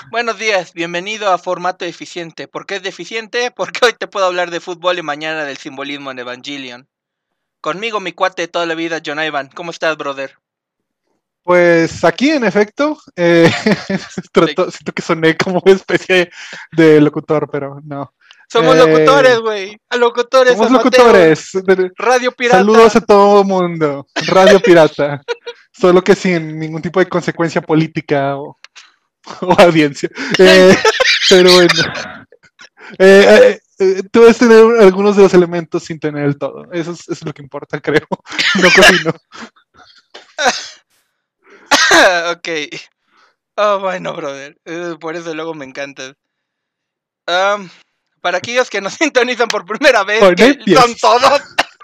Buenos días, bienvenido a Formato Eficiente. ¿Por qué es deficiente? Porque hoy te puedo hablar de fútbol y mañana del simbolismo en Evangelion. Conmigo mi cuate de toda la vida, John Ivan. ¿Cómo estás, brother? Pues aquí, en efecto, Sí. siento que soné como una especie de locutor, pero no. Somos Eh, locutores, güey. A locutores Somos amateurs. locutores. Radio Saludos pirata. a todo mundo. Radio Pirata. Solo que sin ningún tipo de consecuencia política o audiencia. Pero bueno, tú debes tener algunos de los elementos sin tener el todo. Eso es lo que importa, creo. No cocino. Ok. Oh, bueno, brother. Por eso luego me encantas. Am, para aquellos que nos sintonizan por primera vez, que son Pies. todos,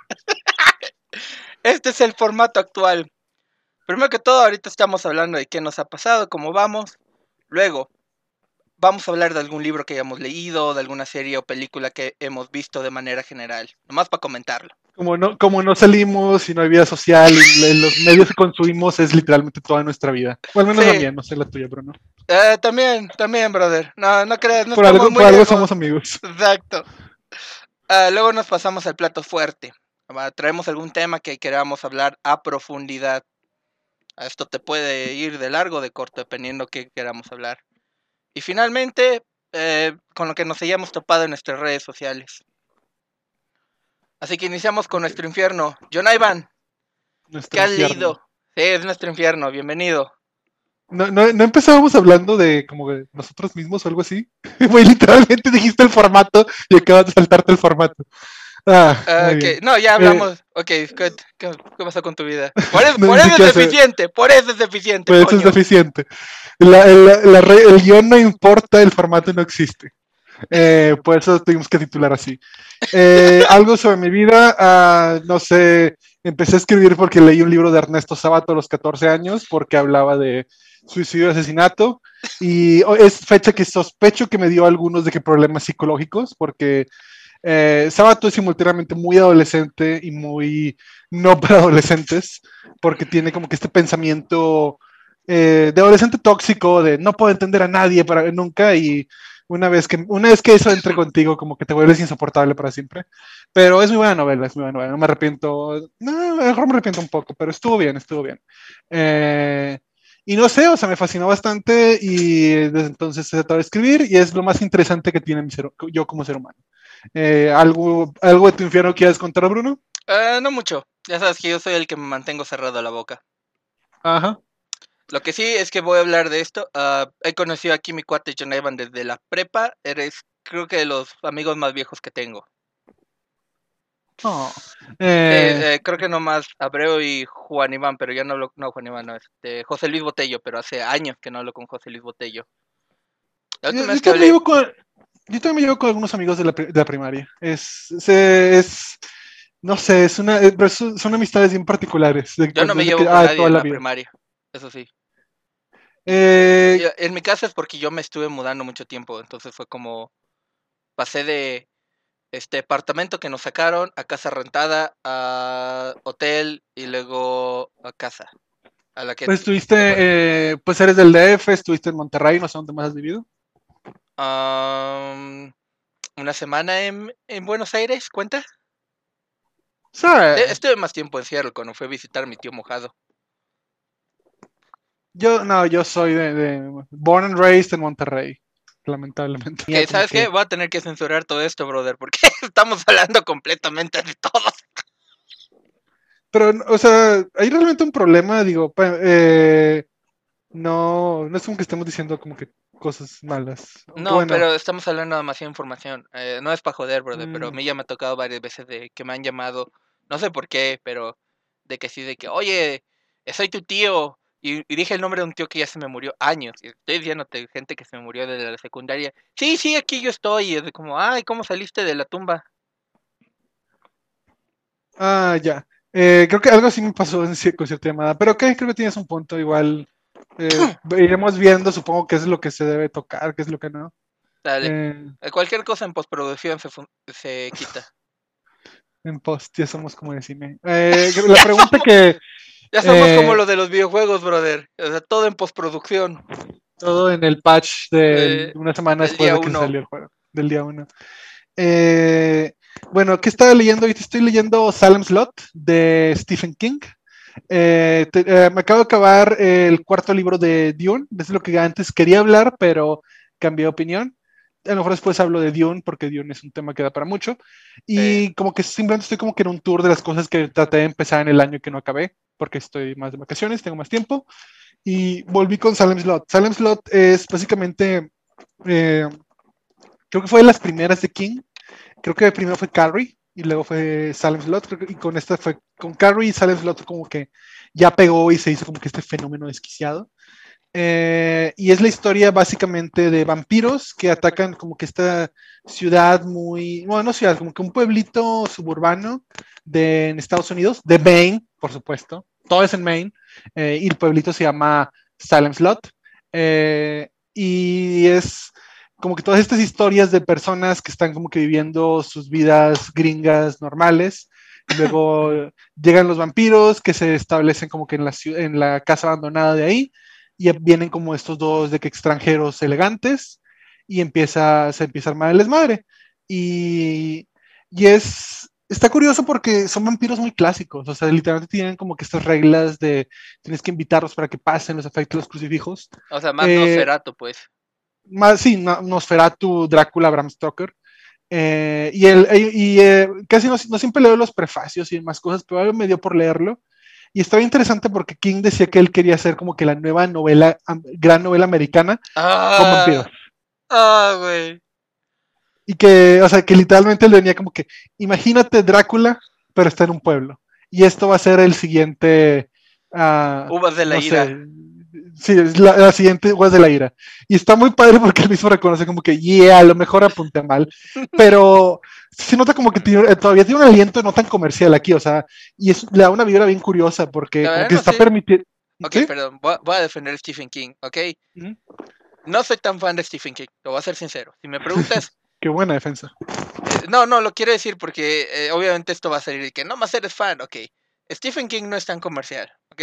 este es el formato actual. Primero que todo, ahorita estamos hablando de qué nos ha pasado, cómo vamos. Luego, vamos a hablar de algún libro que hayamos leído, de alguna serie o película que hemos visto de manera general, nomás para comentarlo. Como no salimos y no hay vida social y los medios que consumimos es literalmente toda nuestra vida. O al menos la Sí, mía, no sé la tuya, pero no. también, brother. No, no creas, no Por estamos algo, muy por algo lejos. somos amigos. Exacto. Luego nos pasamos al plato fuerte. Traemos algún tema que queramos hablar a profundidad. Esto te puede ir de largo o de corto, dependiendo qué queramos hablar. Y finalmente, con lo que nos hayamos topado en nuestras redes sociales. Así que iniciamos con Ok. nuestro infierno. John Ivan, ¿qué Nuestro has infierno. leído? Sí, es nuestro infierno, bienvenido. No empezábamos hablando de como de nosotros mismos o algo así. Muy literalmente dijiste el formato y acabas de saltarte el formato. Muy bien. Ok, no, ya Eh, hablamos. Ok, ¿qué pasó con tu vida? Por eso, no, por ni eso es siquiera sé. deficiente, por eso es deficiente, Pues eso es coño. deficiente. El guión no importa, el formato no existe. Por eso tuvimos que titular así. Algo sobre mi vida, no sé, empecé a escribir porque leí un libro de Ernesto Sábato a los 14 años, porque hablaba de suicidio y asesinato, y es fecha que sospecho que me dio algunos de que problemas psicológicos, porque Sábato es simultáneamente muy adolescente y muy no para adolescentes, porque tiene como que este pensamiento de adolescente tóxico, de no puedo entender a nadie para nunca, y una vez que eso entre contigo, como que te vuelves insoportable para siempre. Pero es muy buena novela, es muy buena novela. No me arrepiento, no, a lo mejor me arrepiento un poco, pero estuvo bien, estuvo bien. Y no sé, o sea, me fascinó bastante y desde entonces he tratado de escribir y es lo más interesante que tiene yo como ser humano. ¿Algo de tu infierno quieres contar, Bruno? No mucho. Ya sabes que yo soy el que me mantengo cerrado la boca. Ajá. Lo que sí es que voy a hablar de esto. He conocido aquí a mi cuate John Evan desde la prepa. Eres, creo que de los amigos más viejos que tengo. Oh. Sí, Eh, creo que nomás Abreu y Juan Iván, pero ya no hablo, no, Juan Iván, no, José Luis Botello, pero hace años que no hablo con José Luis Botello. La yo, última vez yo que también me hablé, llevo con, yo también me llevo con algunos amigos de la primaria. No sé, pero son amistades bien particulares, yo no me desde que, llevo con nadie toda en la la vida. primaria, eso sí. Eh, En mi caso es porque yo me estuve mudando mucho tiempo, entonces fue como, pasé de este departamento que nos sacaron a casa rentada, a hotel y luego a casa, a la que pues tocó. pues eres del DF, estuviste en Monterrey, no sé dónde más has vivido. Am, una semana en Buenos Aires, ¿cuenta? Sí. Estuve más tiempo en Seattle cuando fui a visitar a mi tío mojado. Yo soy de born and raised en Monterrey, lamentablemente. Ya Que, como ¿sabes qué? que Voy a tener que censurar todo esto, brother, porque estamos hablando completamente de todos. pero, o sea, hay realmente un problema, digo, no es como que estemos diciendo como que cosas malas. Aunque No, bueno, pero estamos hablando de demasiada información. No es para joder, brother, pero a mm, mí ya me ha tocado varias veces de que me han llamado, no sé por qué, pero de que sí, de que, oye, soy tu tío. Y dije el nombre de un tío que ya se me murió años. Y estoy diciéndote gente que se me murió desde la secundaria. Sí, sí, aquí yo estoy. Y es de como, ay, ¿cómo saliste de la tumba? ya. Creo que algo así me pasó con cierta llamada, pero ok, creo que tienes un punto igual. Iremos viendo, supongo, qué es lo que se debe tocar, qué es lo que no. Dale. Eh, Cualquier cosa en postproducción se quita. en post, ya somos como de cine. La Ya pregunta somos, que ya somos como eh, lo de los videojuegos, brother. O sea, todo en postproducción. Todo en el patch de eh, una semana del después día de que se uno. salió el juego, del día uno. Bueno, ¿qué estaba leyendo? Ahorita estoy leyendo Salem's Lot de Stephen King. Me acabo de acabar el cuarto libro de Dune. Es lo que antes quería hablar, pero cambié de opinión. A lo mejor después hablo de Dune, porque Dune es un tema que da para mucho. Sí. Y como que simplemente estoy como que en un tour de las cosas que traté de empezar en el año que no acabé, porque estoy más de vacaciones, tengo más tiempo. Y volví con Salem's Lot. Salem's Lot es básicamente, eh, creo que fue de las primeras de King. Creo que primero fue Carrie y luego fue Salem's Lot. Y con esta fue con Carrie y Salem's Lot como que ya pegó y se hizo como que este fenómeno desquiciado. Y es la historia básicamente de vampiros que atacan como que esta ciudad muy, bueno, no ciudad, como que un pueblito suburbano en Estados Unidos, de Maine, por supuesto. Todo es en Maine. Y el pueblito se llama Salem's Lot. Y es como que todas estas historias de personas que están como que viviendo sus vidas gringas normales. Y luego llegan los vampiros que se establecen como que en la casa abandonada de ahí y vienen como estos dos de que extranjeros elegantes y se empieza a armar el desmadre. Y, está curioso porque son vampiros muy clásicos, o sea, literalmente tienen como que estas reglas de tienes que invitarlos para que pasen los efectos de los crucifijos. O sea, más Eh, Nosferatu, pues. Más, sí, Nosferatu, Drácula, Bram Stoker. Casi no siempre leo los prefacios y demás cosas, pero algo me dio por leerlo. Y estaba interesante porque King decía que él quería hacer como que la nueva novela, gran novela americana con vampiros. Ah, ah, güey. Y que, o sea, que literalmente le venía como que, imagínate Drácula, pero está en un pueblo. Y esto va a ser el siguiente, Uvas de la no ira. sé, sí, es la siguiente Guas de la Ira. Y está muy padre porque él mismo reconoce como que, yeah, a lo mejor apunté mal, pero se nota como que todavía tiene un aliento no tan comercial aquí, o sea, y le da una vibra bien curiosa porque La como verdad que no está sé. permitiendo, Ok, ¿sí? perdón, voy a defender a Stephen King, ¿ok? Ujú. No soy tan fan de Stephen King, lo voy a ser sincero. Si me preguntas, Qué buena defensa. no, no, lo quiero decir porque obviamente esto va a salir y que no más eres fan, ok. Stephen King no es tan comercial, ok.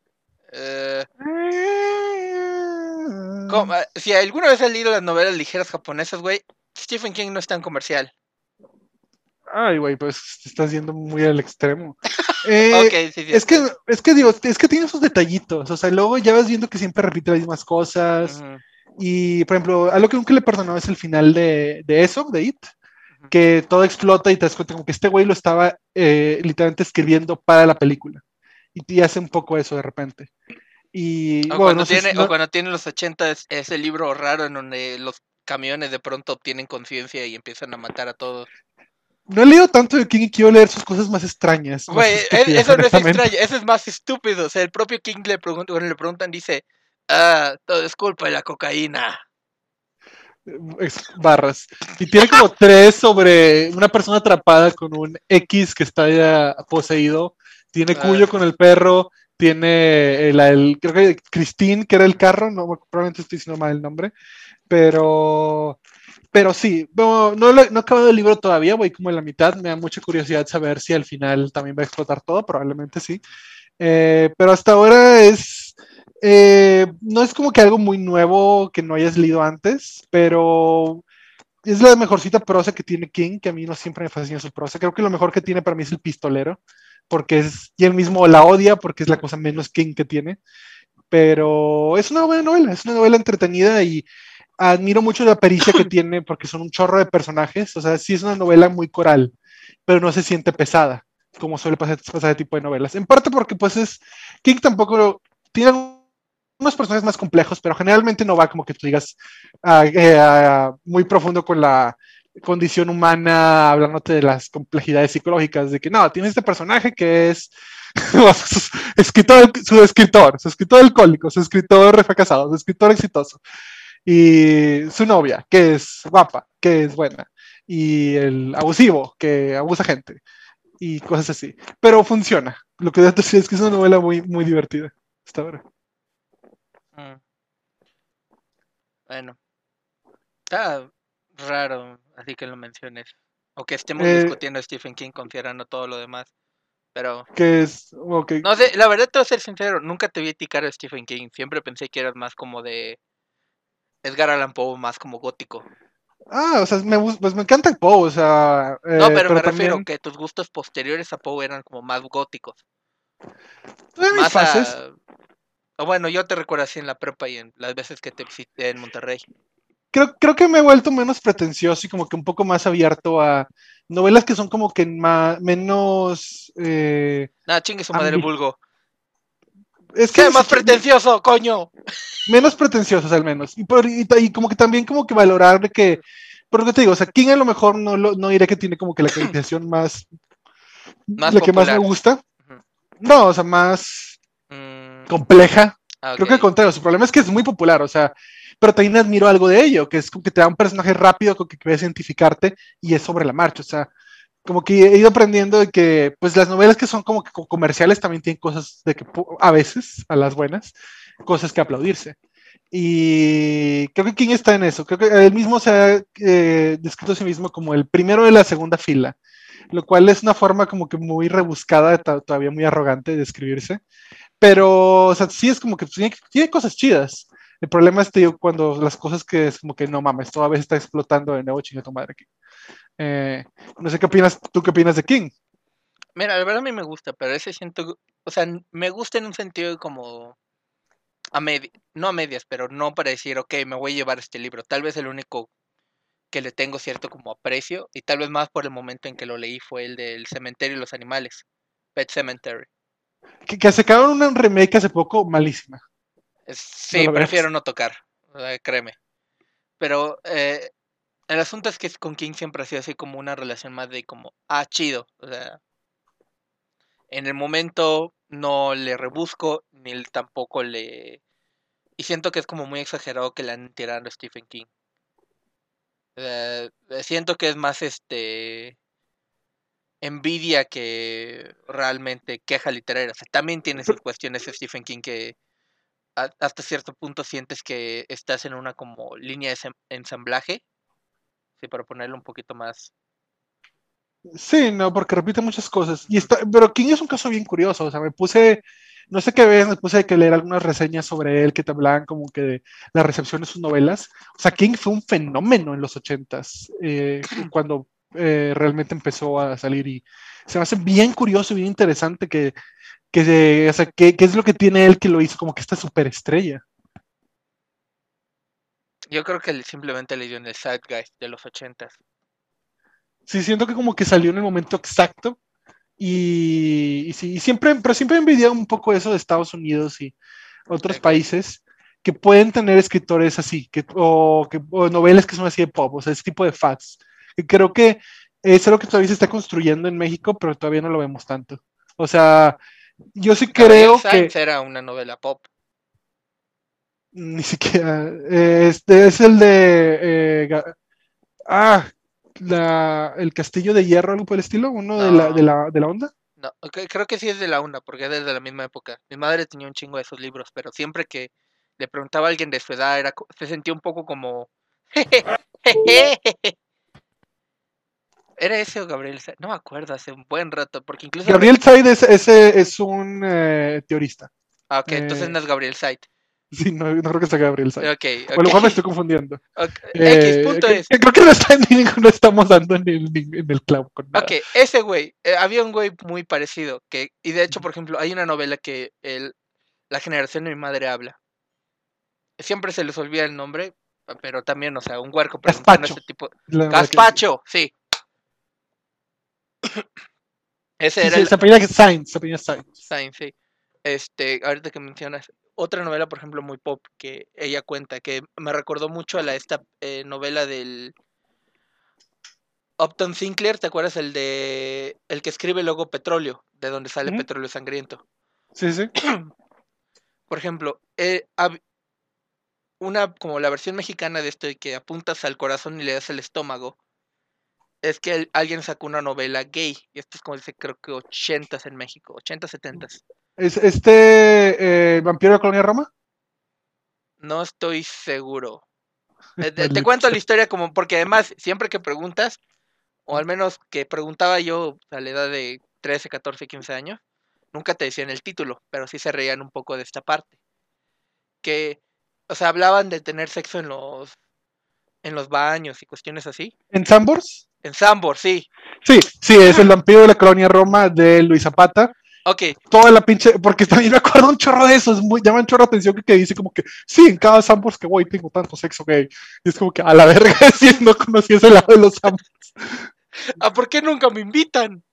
Si alguna vez has leído las novelas ligeras japonesas, güey, Stephen King no es tan comercial. Ay, güey, pues te estás yendo muy al extremo. Ok, Eh, sí, cierto. es que tiene sus detallitos, o sea, luego ya vas viendo que siempre repite las mismas cosas. Ujú, Y, por ejemplo, algo que nunca le perdonó es el final de eso, de It, ujú. que todo explota y te das cuenta como que este güey lo estaba literalmente escribiendo para la película. Y te hace un poco eso de repente. Y, bueno, no sé si, O no, cuando tiene los 80 ese libro raro en donde los camiones de pronto obtienen conciencia y empiezan a matar a todos. no he leído tanto de King y quiero leer sus cosas más extrañas, más Güey, estúpidas, eso no es honestamente. extraño, eso es más estúpido. O sea, el propio King cuando le preguntan, dice, todo es culpa de la cocaína. Barras. Y tiene como tres sobre una persona atrapada con un X que está ya poseído. Tiene Ah, Cuyo con el perro. Tiene creo que Christine, que era el carro. No, probablemente estoy diciendo mal el nombre. Pero, pero sí, no he acabado el libro todavía. Voy como en la mitad. Me da mucha curiosidad saber si al final también va a explotar todo. Probablemente sí. Pero hasta ahora no es como que algo muy nuevo que no hayas leído antes, pero es la mejorcita prosa que tiene King, que a mí no siempre me fascina su prosa. Creo que lo mejor que tiene para mí es El Pistolero, y él mismo la odia porque es la cosa menos King que tiene, pero es una buena novela, es una novela entretenida y admiro mucho la pericia que tiene porque son un chorro de personajes, o sea, sí es una novela muy coral, pero no se siente pesada, como suele pasar ese tipo de novelas. En parte porque pues King tampoco tiene unos personajes más complejos, pero generalmente no va como que tú digas muy profundo con la condición humana, hablándote de las complejidades psicológicas, de que no, tienes este personaje que es su escritor alcohólico, su escritor fracasado, su escritor exitoso, y su novia, que es guapa, que es buena, y el abusivo, que abusa gente, y cosas así. Pero funciona. Lo que debo decir es que es una novela muy, muy divertida hasta ahora. mm, bueno, está raro, así que lo menciones. O que estemos Eh, discutiendo a Stephen King considerando todo lo demás. Pero, que es, ok, no sé, la verdad te voy a ser sincero, nunca te vi ticar a Stephen King. Siempre pensé que eras más como de Edgar Allan Poe más como gótico. O sea, pues me encanta Poe, o sea, No, pero pero me refiero también que tus gustos posteriores a Poe eran como más góticos. tuve mis Más fases. a... o bueno, yo te recuerdo así en la prepa y en las veces que te visité en Monterrey. Creo que me he vuelto menos pretencioso y como que un poco más abierto a novelas que son como que menos Nada, chingue su madre, ambi- vulgo. es que ¡Sé ni más siquiera pretencioso, coño! menos pretenciosos al menos. Y como que también como que valorar de que, por lo que te digo, o sea, King a lo mejor no diré que tiene como que la calificación más, Más la que más me popular. gusta. Ujú. No, o sea, más Mm, compleja. ok. Creo que al contrario, su problema es que es muy popular, o sea, pero también admiro algo de ello, que es como que te da un personaje rápido con que puedes identificarte y es sobre la marcha, o sea, como que he ido aprendiendo de que, pues las novelas que son como que comerciales también tienen cosas de que a veces, a las buenas, cosas que aplaudirse. Y creo que King está en eso. Creo que él mismo se ha descrito a sí mismo como el primero de la segunda fila, lo cual es una forma como que muy rebuscada, todavía muy arrogante de describirse. Pero, o sea, sí es como que tiene cosas chidas. El problema es, tío, cuando las cosas que es como que no mames, toda vez está explotando de nuevo, chinga tu madre aquí. Eh, no sé qué opinas, tú qué opinas de King. Mira, la verdad a mí me gusta, pero ese siento... O sea, me gusta en un sentido como... no a medias, pero no para decir, ok, me voy a llevar este libro. Tal vez el único que le tengo cierto como aprecio, y tal vez más por el momento en que lo leí, fue el del Cementerio y los Animales. Pet Cemetery. Que sacaron un remake hace poco, malísima. No Sí, lo prefiero veas. no tocar, créeme. Pero el asunto es que con King siempre ha sido así como una relación más de como, chido. O sea, en el momento no le rebusco, ni tampoco le... Y siento que es como muy exagerado que le han tirado a Stephen King. Siento que es más envidia que realmente queja literaria. O sea, también tiene sus cuestiones Stephen King que hasta cierto punto sientes que estás en una como línea de ensamblaje, sí, para ponerlo un poquito más. Sí, no, porque repite muchas cosas. Ujú. Pero King es un caso bien curioso. O sea, no sé qué vez, me puse a leer algunas reseñas sobre él que te hablaban como que de la recepción de sus novelas. O sea, King fue un fenómeno en los ochentas, cuando realmente empezó a salir y se me hace bien curioso y bien interesante o sea, qué es lo que tiene él que lo hizo como que esta superestrella. Yo creo que simplemente le dio en el Zeitgeist de los ochentas. Sí, siento que como que salió en el momento exacto y sí, pero siempre he envidiado un poco eso de Estados Unidos y otros Ok. países que pueden tener escritores así, o novelas que son así de pop, o sea, ese tipo de facts. Y creo que es algo que todavía se está construyendo en México, pero todavía no lo vemos tanto. O sea, yo sí Gabriel creo que Sainz era una novela pop. ni siquiera, este es el de, ah, el Castillo de Hierro, algo por el estilo, uno No, de la onda. no, creo que sí es de la una, porque es de la misma época. Mi madre tenía un chingo de esos libros, pero siempre que le preguntaba a alguien de su edad, se sentía un poco como... ¿Era ese o Gabriel Sainz? No me acuerdo, hace un buen rato, porque incluso Gabriel Said ese es un teorista. Ok, entonces Eh, no es Gabriel Sainz. sí, no creo que sea Gabriel Said. Ok, O a lo ok. mejor me estoy confundiendo. X, punto es. Creo que no estamos dando en el clavo con Ok, nada. ese güey, había un güey muy parecido, y de hecho, por ejemplo, hay una novela que la generación de mi madre habla. Siempre se les olvida el nombre, pero también, o sea, un huerco preguntando Gazpacho. ese tipo. La novela que decía. Gazpacho, sí. Ese Sí, era sí, el se apellida Sainz, se apellida Sainz. Sainz, sí. Ahorita que mencionas, otra novela, por ejemplo, muy pop que ella cuenta, que me recordó mucho a esta novela del Upton Sinclair, ¿te acuerdas el que escribe luego Petróleo, de donde sale Ujú. Petróleo Sangriento? Sí, sí. Por ejemplo, una como la versión mexicana de esto de que apuntas al corazón y le das el estómago, es que alguien sacó una novela gay, y esto es como dice, creo que ochentas en México, 80, setentas. ¿Es Vampiro de la Colonia Roma? No estoy seguro. Te Maldita cuento la sea. historia como, porque además, siempre que preguntas, o al menos que preguntaba yo a la edad de 13, 14, 15 años, nunca te decían el título, pero sí se reían un poco de esta parte. Que O sea, hablaban de tener sexo en los baños y cuestiones así. ¿En Sambors? En Sambor, sí. Sí, sí, es el vampiro de la colonia Roma de Luis Zapata. Ok, Toda la pinche, porque también me acuerdo un chorro de eso, llama un chorro de atención que dice como que, sí, en cada Sambors que voy tengo tanto sexo gay. Y es como que, a la verga, si no conocí ese lado de los Sambors. ¿por qué nunca me invitan?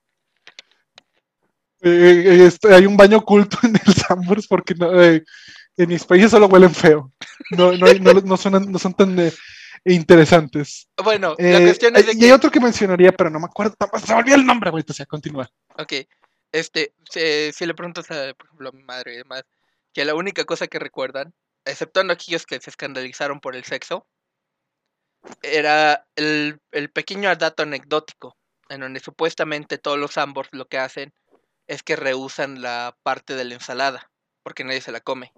Hay un baño oculto en el Sambors porque no, en mis países solo huelen feo. No son tan interesantes. Bueno, la cuestión es de Y hay que, otro que mencionaría, pero no me acuerdo, se me olvidó el nombre, güey, o sea, continúa. ok, si le preguntas a, por ejemplo, a mi madre y demás, que la única cosa que recuerdan, exceptuando aquellos que se escandalizaron por el sexo, era el pequeño dato anecdótico, en donde supuestamente todos los Sambors lo que hacen es que rehúsan la parte de la ensalada, porque nadie se la come.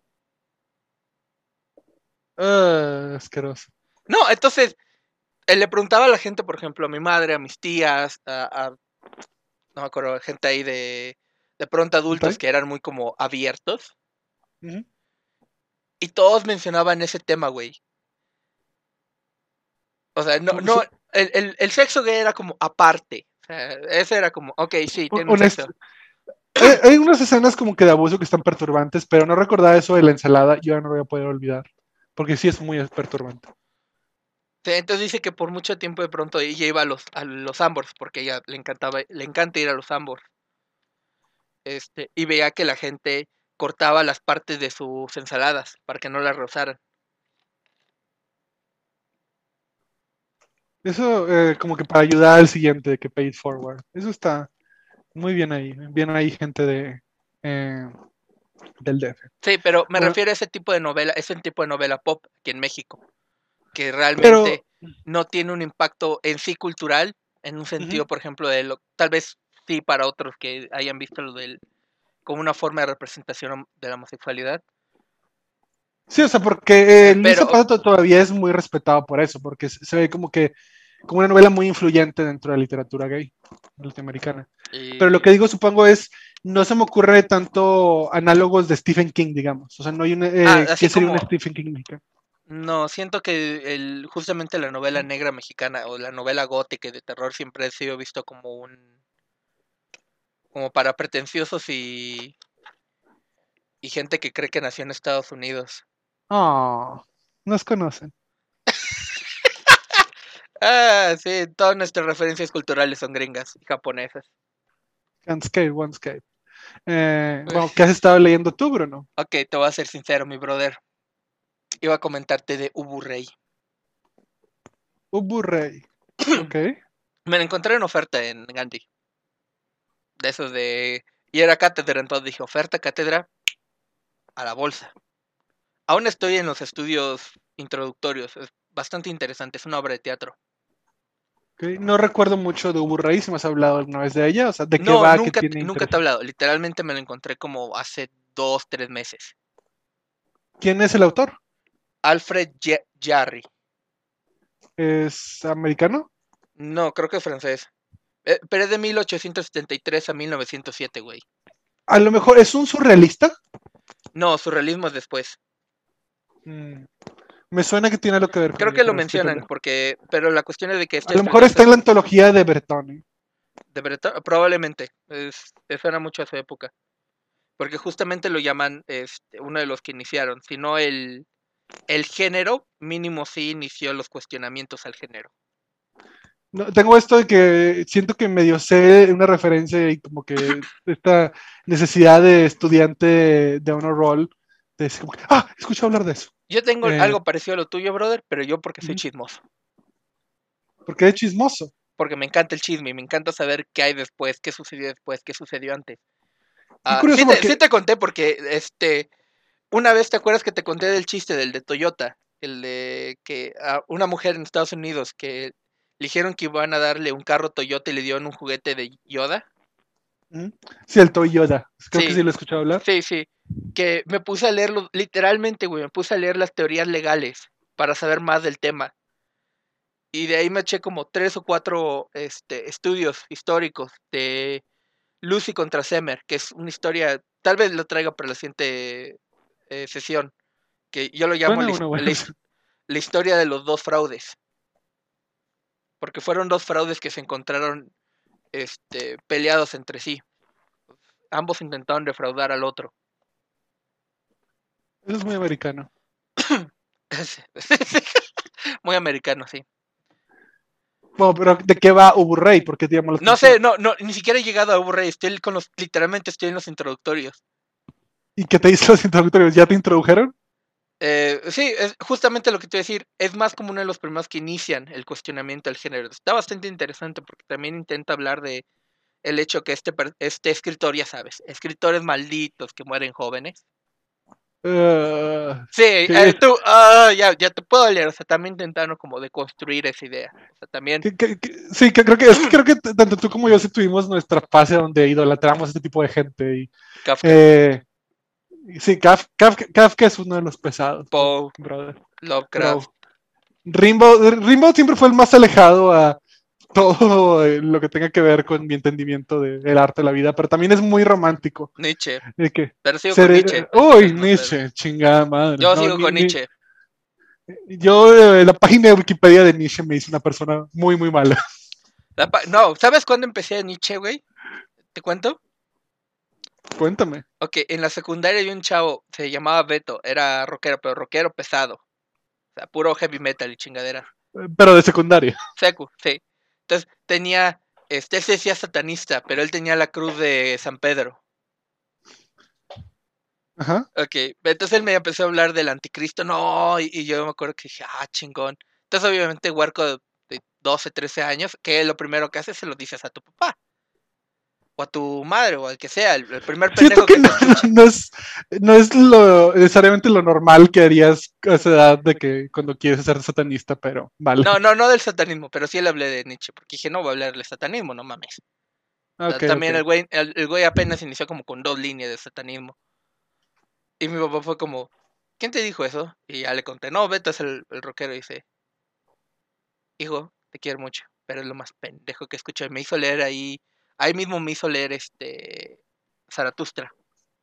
Asqueroso. No, entonces, le preguntaba a la gente, por ejemplo, a mi madre, a mis tías, no me acuerdo, gente ahí de pronto adultos ¿Hentai? que eran muy como abiertos, Ujú. y todos mencionaban ese tema, güey. O sea, no, Como no, el sexo gay era como aparte. O sea, ese era como, ok, sí, tienen honest- sexo. hay unas escenas como que de abuso que están perturbantes, pero no recordaba eso de la ensalada, yo ya no lo voy a poder olvidar. Porque sí es muy perturbante. Sí, entonces dice que por mucho tiempo de pronto ella iba a los Ambors, porque a ella le encanta ir a los Ambors. Y veía que la gente cortaba las partes de sus ensaladas para que no las rozaran. Eso como que para ayudar al siguiente que pay it forward. Eso está muy bien ahí. Bien ahí, gente eh, del DF. Sí, pero me Bueno, refiero a ese tipo de novela, ese tipo de novela pop aquí en México, que pero realmente no tiene un impacto en sí cultural, en un ujú. sentido, por ejemplo, tal vez sí para otros que hayan visto lo del, como una forma de representación de la homosexualidad, Sí, o sea, porque Luis pero Zapata todavía es muy respetado por eso, porque se ve como que como una novela muy influyente dentro de la literatura gay norteamericana. Pero lo y que digo, supongo, es, no se me ocurre tanto análogos de Stephen King, digamos. O sea, no hay una, así ¿qué sería un como Stephen King mexicano? no, siento que justamente la novela negra mexicana o la novela gótica y de terror siempre ha sido visto como como para pretenciosos y gente que cree que nació en Estados Unidos. Oh, nos conocen. Ah, sí, todas nuestras referencias culturales son gringas y japonesas. Onescape, Onescape. Bueno, ¿qué has estado leyendo tú, Bruno? Ok, te voy a ser sincero, mi brother. Iba a comentarte de Ubu Rey. Ubu Rey. Ok. Me la encontré en oferta en Gandhi. De esos de... Y era cátedra, entonces dije, oferta, cátedra, a la bolsa. Aún estoy en los estudios introductorios. Es bastante interesante, es una obra de teatro. Ok. No recuerdo mucho de Ubu Rey, si me has hablado alguna vez de ella, o sea, de qué No, va, qué tiene nunca te he interesante. hablado. Literalmente me lo encontré como hace 2, 3 meses. ¿Quién es el autor? Alfred Jarry. ¿Es americano? No, creo que es francés. Pero es de 1873 a 1907, güey. A lo mejor es un surrealista. No, surrealismo es después. Mm, me suena que tiene algo que ver con Creo ello, que lo pero estoy mencionan, pendejo. pero la cuestión es de que A este lo mejor escritor está en la antología de Bertone. de Breton, probablemente, te suena mucho a su época, porque justamente lo llaman uno de los que iniciaron, si no el género, mínimo sí inició los cuestionamientos al género. No, tengo esto de que siento que medio sé una referencia y como que esta necesidad de estudiante de honor roll, de decir como que, ah, escucho hablar de eso. Yo tengo Eh, algo parecido a lo tuyo, brother, pero yo porque soy Ujú. chismoso, Porque es chismoso. porque me encanta el chisme y me encanta saber qué hay después, qué sucedió después, qué sucedió antes. Qué Ah, sí curioso sí porque te conté porque una vez te acuerdas que te conté del chiste del de Toyota, el de que a una mujer en Estados Unidos que le dijeron que iban a darle un carro Toyota y le dieron un juguete de Yoda. ujú, sí, el Toy Yoda. Creo que Sí, sí lo he escuchado hablar. sí, sí. Que me puse a leerlo, literalmente, güey, me puse a leer las teorías legales para saber más del tema. Y de ahí me eché como 3 o 4 estudios históricos de Lucy contra Semer, que es una historia, tal vez lo traiga para la siguiente sesión, que yo lo llamo Bueno. la historia de los dos fraudes. Porque fueron dos fraudes que se encontraron peleados entre sí. Ambos intentaron defraudar al otro. Eso es muy americano. Muy americano, sí. Bueno, pero ¿de qué va Uburrey? ¿Por qué te llama la No atención? sé, no, ni siquiera he llegado a Uburrey. Literalmente estoy en los introductorios. ¿Y qué te dicen los introductorios? ¿Ya te introdujeron? Sí, es justamente lo que te voy a decir. Es más como uno de los primeros que inician el cuestionamiento del género. Está bastante interesante porque también intenta hablar de el hecho que este escritor, ya sabes, escritores malditos que mueren jóvenes. Sí, ¿qué, tú, ya te puedo leer. O sea, también intentaron como deconstruir esa idea. O sea, también. sí, creo que tanto tú como yo sí tuvimos nuestra fase donde idolatramos a este tipo de gente. Kafka, Eh, sí, Kafka es uno de los pesados, Poe, brother. Lovecraft. Bro. Rimbaud siempre fue el más alejado a todo lo que tenga que ver con mi entendimiento del arte de la vida, pero también es muy romántico. Nietzsche. De que Pero sigo con Nietzsche. Es más Nietzsche, chingada madre. Yo No, sigo con Nietzsche. la página de Wikipedia de Nietzsche me hizo una persona muy, muy mala. No, ¿sabes cuándo empecé a Nietzsche, güey? ¿Te cuento? Cuéntame. Ok, en la secundaria había un chavo, se llamaba Beto, era rockero, pero rockero pesado. O sea, puro heavy metal y chingadera. Pero de secundaria. Secu, sí. Entonces tenía, él se decía satanista, pero él tenía la cruz de San Pedro. Ajá. Ok, entonces él me empezó a hablar del anticristo, no, y yo me acuerdo que dije, chingón. Entonces obviamente huerco de 12, 13 años, que lo primero que haces se lo dices a tu papá. O a tu madre, o al que sea, el primer Siento pendejo que que te escuche. no es necesariamente lo normal que harías a esa edad de que cuando quieres ser satanista, pero vale. No del satanismo, pero sí le hablé de Nietzsche, porque dije, no voy a hablar de satanismo, no mames. O sea, Ok, también ok. el güey apenas inició como con 2 líneas de satanismo. Y mi papá fue como, ¿quién te dijo eso? Y ya le conté, no, Beto es el rockero. Y dice, hijo, te quiero mucho, pero es lo más pendejo que escucho. Y me hizo leer ahí mismo me hizo leer Zaratustra.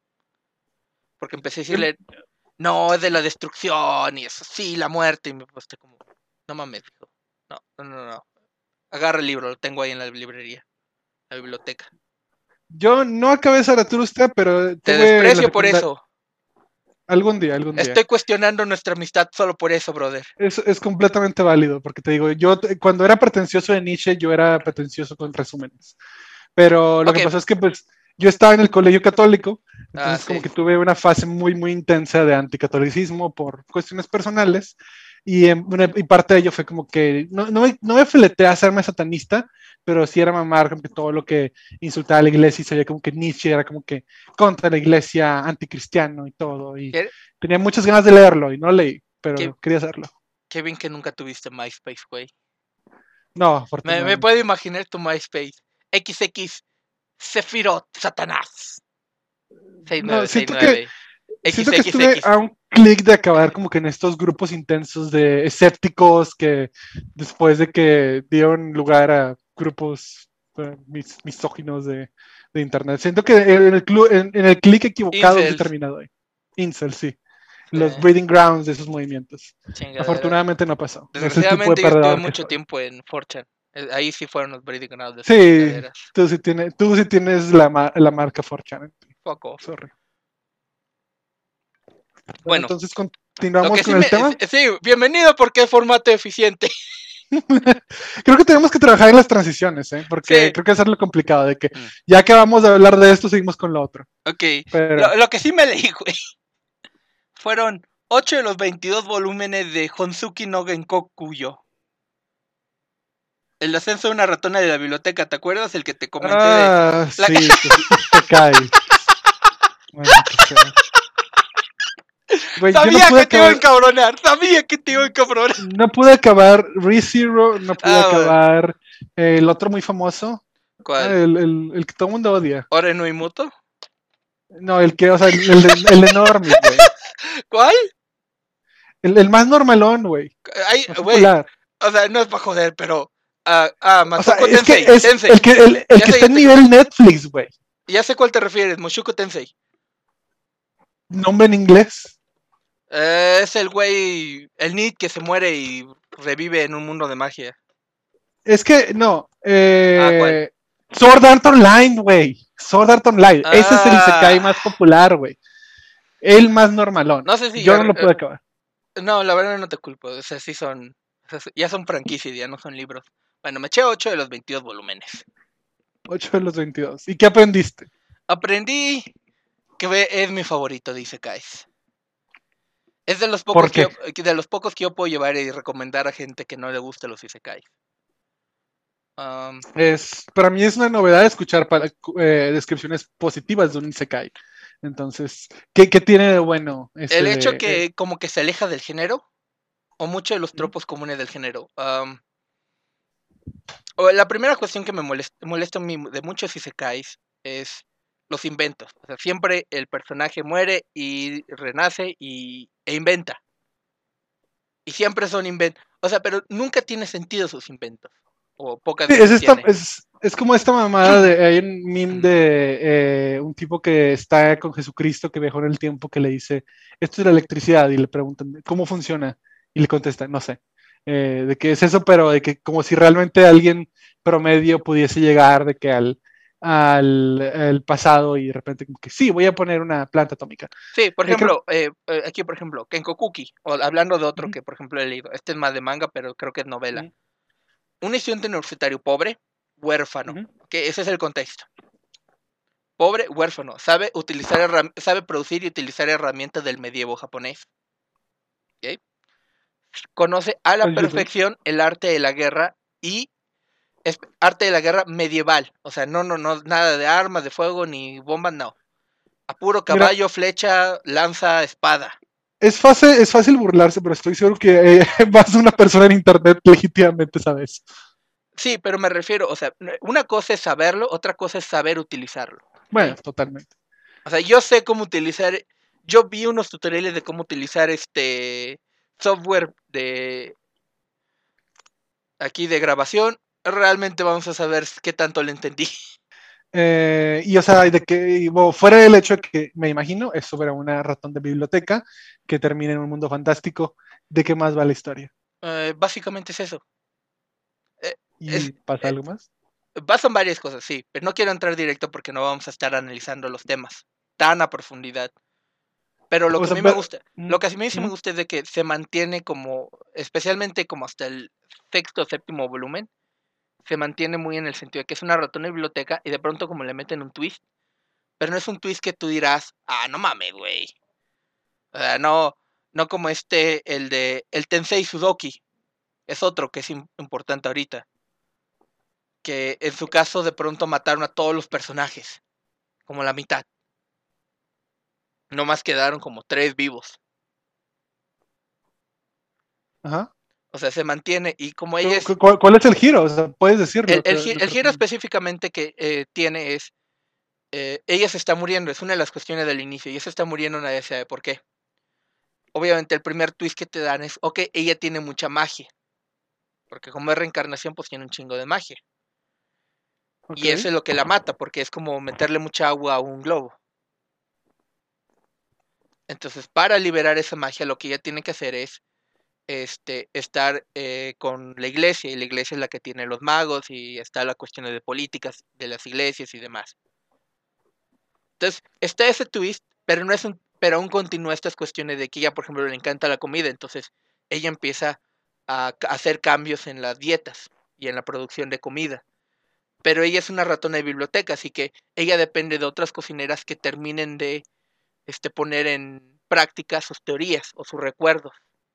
Porque empecé a decirle, no, es de la destrucción y eso, sí, la muerte. Y me puse como, no mames, hijo. No. Agarra el libro, lo tengo ahí en la librería, la biblioteca. Yo no acabé Zaratustra, pero Te tuve la desprecio por secundaria. eso. Algún día, algún día. Estoy cuestionando nuestra amistad solo por eso, brother. Es completamente válido, porque te digo, cuando era pretencioso de Nietzsche, yo era pretencioso con resúmenes. Pero lo Ok. que pasó es que pues yo estaba en el colegio católico, entonces como Sí. que tuve una fase muy, muy intensa de anticatolicismo por cuestiones personales. Y parte de ello fue como que no me fleté a hacerme satanista, pero sí era mamar como que todo lo que insultaba a la iglesia y sabía como que Nietzsche era como que contra la iglesia, anticristiano y todo. Y tenía muchas ganas de leerlo y no lo leí, pero quería hacerlo. Qué bien que nunca tuviste MySpace, güey. No, Me afortunadamente. puedo imaginar tu MySpace. XX Sephiroth Satanás. No, 6969. siento que estuve XXX. a un clic de acabar como que en estos grupos intensos de escépticos que después de que dieron lugar a grupos misóginos de internet. Siento que en el clic equivocado se ha Incels. terminado ahí. Incel, sí. Sí, Los breeding grounds de esos movimientos. chingadera. Afortunadamente no pasó. No es el tipo de Desgraciadamente yo estuve perdedor que mucho soy. tiempo en 4chan. Ahí sí fueron los breeding grounds de esas Sí, chingaderas. tú sí tienes la marca 4chan. Fuck off. Sorry. Bueno, Bueno, entonces lo continuamos que con el tema. sí, bienvenido porque es formato eficiente. Creo que tenemos que trabajar en las transiciones, ¿eh? Porque Sí. creo que es lo complicado, de que ya que vamos a hablar de esto, seguimos con lo otro. Ok. Pero... Lo que sí me leí, güey, fueron 8 de los 22 volúmenes de Honsuki no Genkokuyo. El ascenso de una ratona de la biblioteca, ¿te acuerdas? El que te comenté de... sí, te cae. Güey, Sabía que te iba a encabronar, sabía que te iba a encabronar. No pude acabar ReZero, no pude Bueno. acabar el otro muy famoso. ¿Cuál? El que todo el mundo odia. ¿Ore no Imuto? No, el que, o sea, el de Normie, güey. ¿Cuál? El más normalón, güey. Güey, o sea, no es para joder, pero... Masako Tensei. Tensei. El que está en nivel Netflix, güey. Ya sé cuál te refieres, Mushoku Tensei. Nombre en inglés. Es el güey, el Nid que se muere y revive en un mundo de magia. Es que, no. ¿Cuál? Sword Art Online, güey. Sword Art Online. Ese es el Isekai Ah, más popular, güey. El más normalón. no sé si Yo no lo pude acabar. no, la verdad no te culpo. O sea, sí son. O sea, ya son franquicias, ya no son libros. Bueno, me eché 8 de los 22 volúmenes. 8 de los 22. ¿Y qué aprendiste? Aprendí es mi favorito, dice Kais. Es ¿Por qué? de los pocos que yo puedo llevar y recomendar a gente que no le guste los isekais. Para mí es una novedad escuchar descripciones positivas de un Isekai. Entonces, ¿qué tiene de bueno El ese hecho de... que como que se aleja del género, o muchos de los tropos comunes del género. La primera cuestión que me molesta a mí de muchos isekais es los inventos. O sea, siempre el personaje muere y renace e inventa. Y siempre son inventos. O sea, pero nunca tiene sentido sus inventos. O pocas Sí, veces tiene. es como esta mamada de... Hay un meme de un tipo que está con Jesucristo que viajó en el tiempo que le dice, esto es la electricidad, y le preguntan, ¿cómo funciona? Y le contesta, no sé. De qué es eso, pero de que como si realmente alguien promedio pudiese llegar de que al pasado y de repente como que sí, voy a poner una planta atómica. Sí, por Creo ejemplo, aquí por ejemplo, Kenkokuki, o hablando de otro que por ejemplo he leído, este es más de manga, pero creo que es novela. ujú, Un estudiante universitario pobre, huérfano, ujú, que ese es el contexto. Pobre, huérfano, sabe producir y utilizar herramientas del medievo japonés. ¿Ok? Conoce a la ayudo. perfección el arte de la guerra y es arte de la guerra medieval. O sea, no, nada de armas de fuego ni bombas, no. A puro Mira, caballo, flecha, lanza, espada. es fácil burlarse, pero estoy seguro que más de una persona en internet legítimamente sabe eso. Sí, pero me refiero, o sea, una cosa es saberlo, otra cosa es saber utilizarlo. Bueno, ¿Ok? totalmente. O sea, yo sé cómo utilizar, yo vi unos tutoriales de cómo utilizar este software de aquí de grabación. Realmente vamos a saber qué tanto le entendí. Y o sea, bueno, fuera del hecho de que me imagino es sobre una ratón de biblioteca que termina en un mundo fantástico, ¿de qué más va la historia? Básicamente es eso. Eh, ¿Y es, pasa eh, algo más? Pasan varias cosas, sí, pero no quiero entrar directo porque no vamos a estar analizando los temas tan a profundidad. Pero lo O que a sea, mí me gusta, lo que a mí sí me ujú. gusta es de que se mantiene como, especialmente como hasta el sexto o séptimo volumen, se mantiene muy en el sentido de que es una ratona de biblioteca y de pronto como le meten un twist, pero no es un twist que tú dirás, no mames, güey. O sea, no como el Tensei Sudoki, es otro que es importante ahorita, que en su caso de pronto mataron a todos los personajes, como la mitad. No más quedaron como 3 vivos. Ajá. O sea, se mantiene y como ella es... ¿Cuál es el giro? O sea, puedes decirlo. Lo El que giro específicamente que tiene es... ella se está muriendo, es una de las cuestiones del inicio, y ella se está muriendo, nadie sabe por qué. Obviamente el primer twist que te dan es, ok, ella tiene mucha magia, porque como es reencarnación, pues tiene un chingo de magia. Ok. Y eso es lo que la mata, porque es como meterle mucha agua a un globo. Entonces, para liberar esa magia, lo que ella tiene que hacer es estar con la iglesia, y la iglesia es la que tiene los magos, y está la cuestión de políticas de las iglesias y demás. Entonces, está ese twist, pero no es pero aún continúa estas cuestiones de que ella, por ejemplo, le encanta la comida, entonces ella empieza a hacer cambios en las dietas y en la producción de comida. Pero ella es una ratona de biblioteca, así que ella depende de otras cocineras que terminen de poner en práctica sus teorías o sus recuerdos.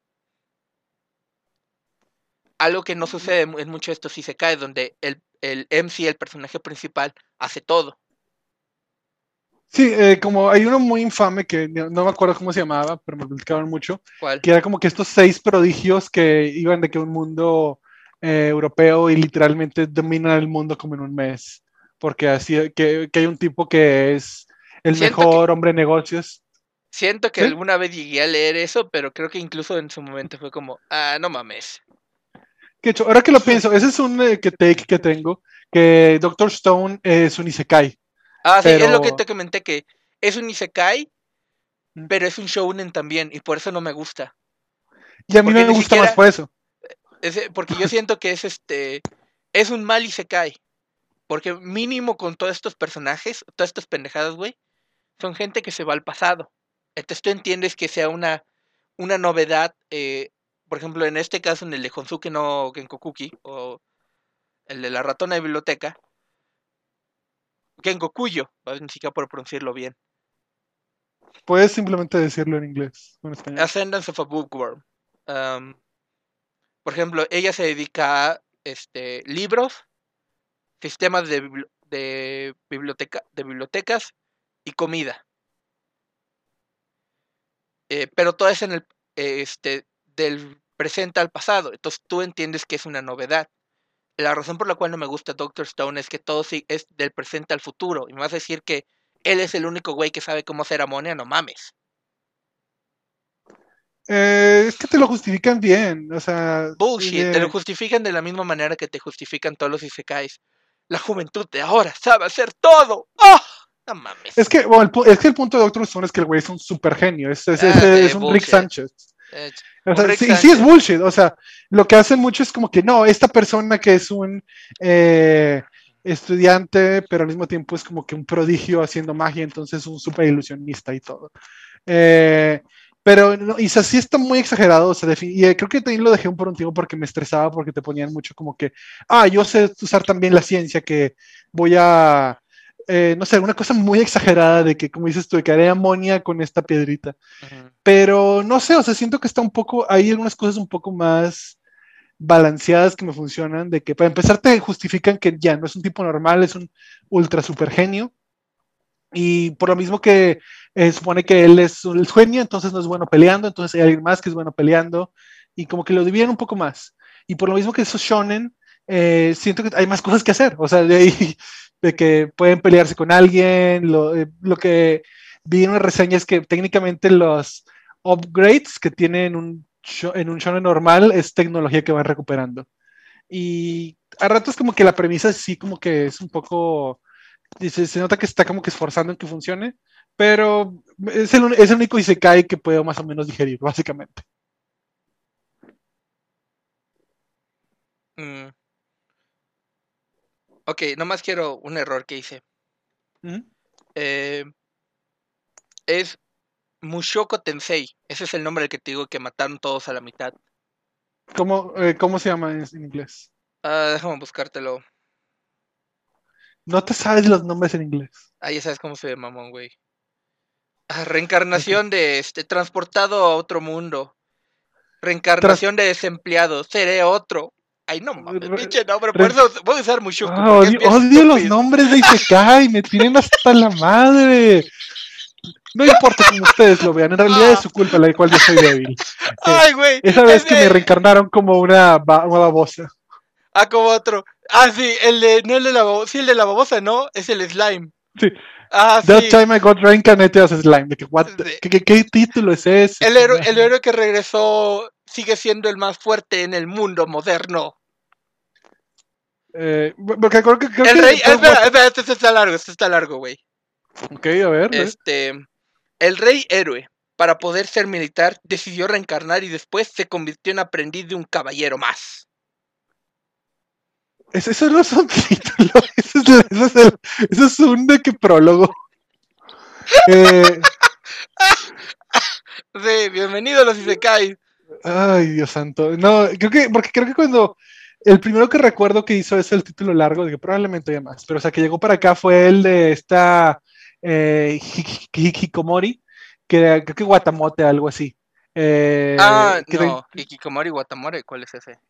Algo que no sucede en mucho de estos isekais, donde el MC, el personaje principal, hace todo. Sí, como hay uno muy infame que no me acuerdo cómo se llamaba, pero me platicaban mucho, ¿Cuál? que era como que estos 6 prodigios que iban de que un mundo europeo y literalmente dominan el mundo como en un mes, porque así que hay un tipo que es el Siento que mejor hombre de negocios, Siento que ¿sí? alguna vez llegué a leer eso, pero creo que incluso en su momento fue como, no mames. Que hecho, ahora que lo pienso, ese es un take que tengo, que Doctor Stone es un isekai, Sí, es lo que pero te comenté, que es un isekai, pero es un shounen también, y por eso no me gusta. Y a mí Porque me ni gusta más siquiera, por eso. porque yo siento que es un mal isekai. Porque mínimo con todos estos personajes, todas estas pendejadas, güey, son gente que se va al pasado. Entonces tú entiendes que sea una novedad, por ejemplo, en este caso, en el de Honsuke no Genkokuki, o el de la ratona de biblioteca, Genkokuyo, ni siquiera por pronunciarlo bien. Puedes simplemente decirlo en inglés o en español. Ascendance of a Bookworm. Por ejemplo, ella se dedica a libros, sistemas de bibliotecas y comida. Pero todo es en el del presente al pasado. Entonces tú entiendes que es una novedad. La razón por la cual no me gusta Doctor Stone es que todo sí es del presente al futuro. Y me vas a decir que él es el único güey que sabe cómo hacer amonia, no mames. Es que te lo justifican bien, o sea, Bullshit, te lo justifican de la misma manera que te justifican todos los isekais. La juventud de ahora sabe hacer todo. ¡Oh! No es mames. que, bueno, es que el punto de Doctor Stone es que el güey es un super genio, Sí, es un Rick bullshit. Sánchez. O Un sea, Rick sí, y sí es Sánchez. bullshit, o sea, lo que hacen mucho es como que no, esta persona que es un estudiante, pero al mismo tiempo es como que un prodigio haciendo magia, entonces un super ilusionista y todo. Eh, pero no, y sí está muy exagerado, o sea, y creo que también lo dejé por un tiempo porque me estresaba, porque te ponían mucho como que, yo sé usar también la ciencia, que voy a, no sé, una cosa muy exagerada de que, como dices tú, de que haré amonia con esta piedrita. Uh-huh. Pero no sé, o sea, siento que está un poco, hay algunas cosas un poco más balanceadas que me funcionan, de que para empezar te justifican que ya no es un tipo normal, es un ultra super genio, y por lo mismo que supone que él es el genio, entonces no es bueno peleando, entonces hay alguien más que es bueno peleando, y como que lo dividen un poco más. Y por lo mismo que esos shonen, siento que hay más cosas que hacer, o sea, de ahí, de que pueden pelearse con alguien, lo que vi en una reseña es que técnicamente los upgrades que tienen en un shonen normal es tecnología que van recuperando. Y a ratos como que la premisa sí como que es un poco se nota que está como que esforzando en que funcione, pero es el único Isekai que puedo más o menos digerir, básicamente. Mm. Ok, nomás quiero un error que hice. ¿Mm? Eh, es Mushoku Tensei. Ese es el nombre del que te digo que mataron todos a la mitad. ¿Cómo se llama en inglés? Déjame buscártelo. No te sabes los nombres en inglés. Ya sabes cómo se llama, mamón, güey. Okay. Reencarnación de transportado a otro mundo. Tras, Reencarnación de desempleado. Seré otro. Ay, no mames, re, pinche nombre. Por re, eso voy a usar Mushoku, porque es bien odio los estúpido. nombres de Isekai, me tienen hasta la madre. No importa como ustedes lo vean, en realidad es Ah, su culpa la cual yo soy débil. ay, güey. Esa vez que me reencarnaron como una babosa. Como otro. Sí, no el de la babosa. Sí, el de la babosa, ¿no? Es el slime. Sí. That Sí. time I got reincarnated as slime. De que, Sí. ¿qué título es ese? El héroe que regresó sigue siendo el más fuerte en el mundo moderno. Porque creo El que rey, fue espera, este está largo, güey. Ok, a ver. El rey héroe, para poder ser militar, decidió reencarnar y después se convirtió en aprendiz de un caballero más. Eso no es un título. Eso es un de que prólogo. Sí, bienvenido a los Isekai. Ay, Dios santo. No, porque creo que cuando el primero que recuerdo que hizo es el título largo, de que probablemente haya más, pero o sea, que llegó para acá fue el de esta Hikikomori, creo que Guatamote, algo así. No, Hikikomori Watamore, ¿cuál es ese?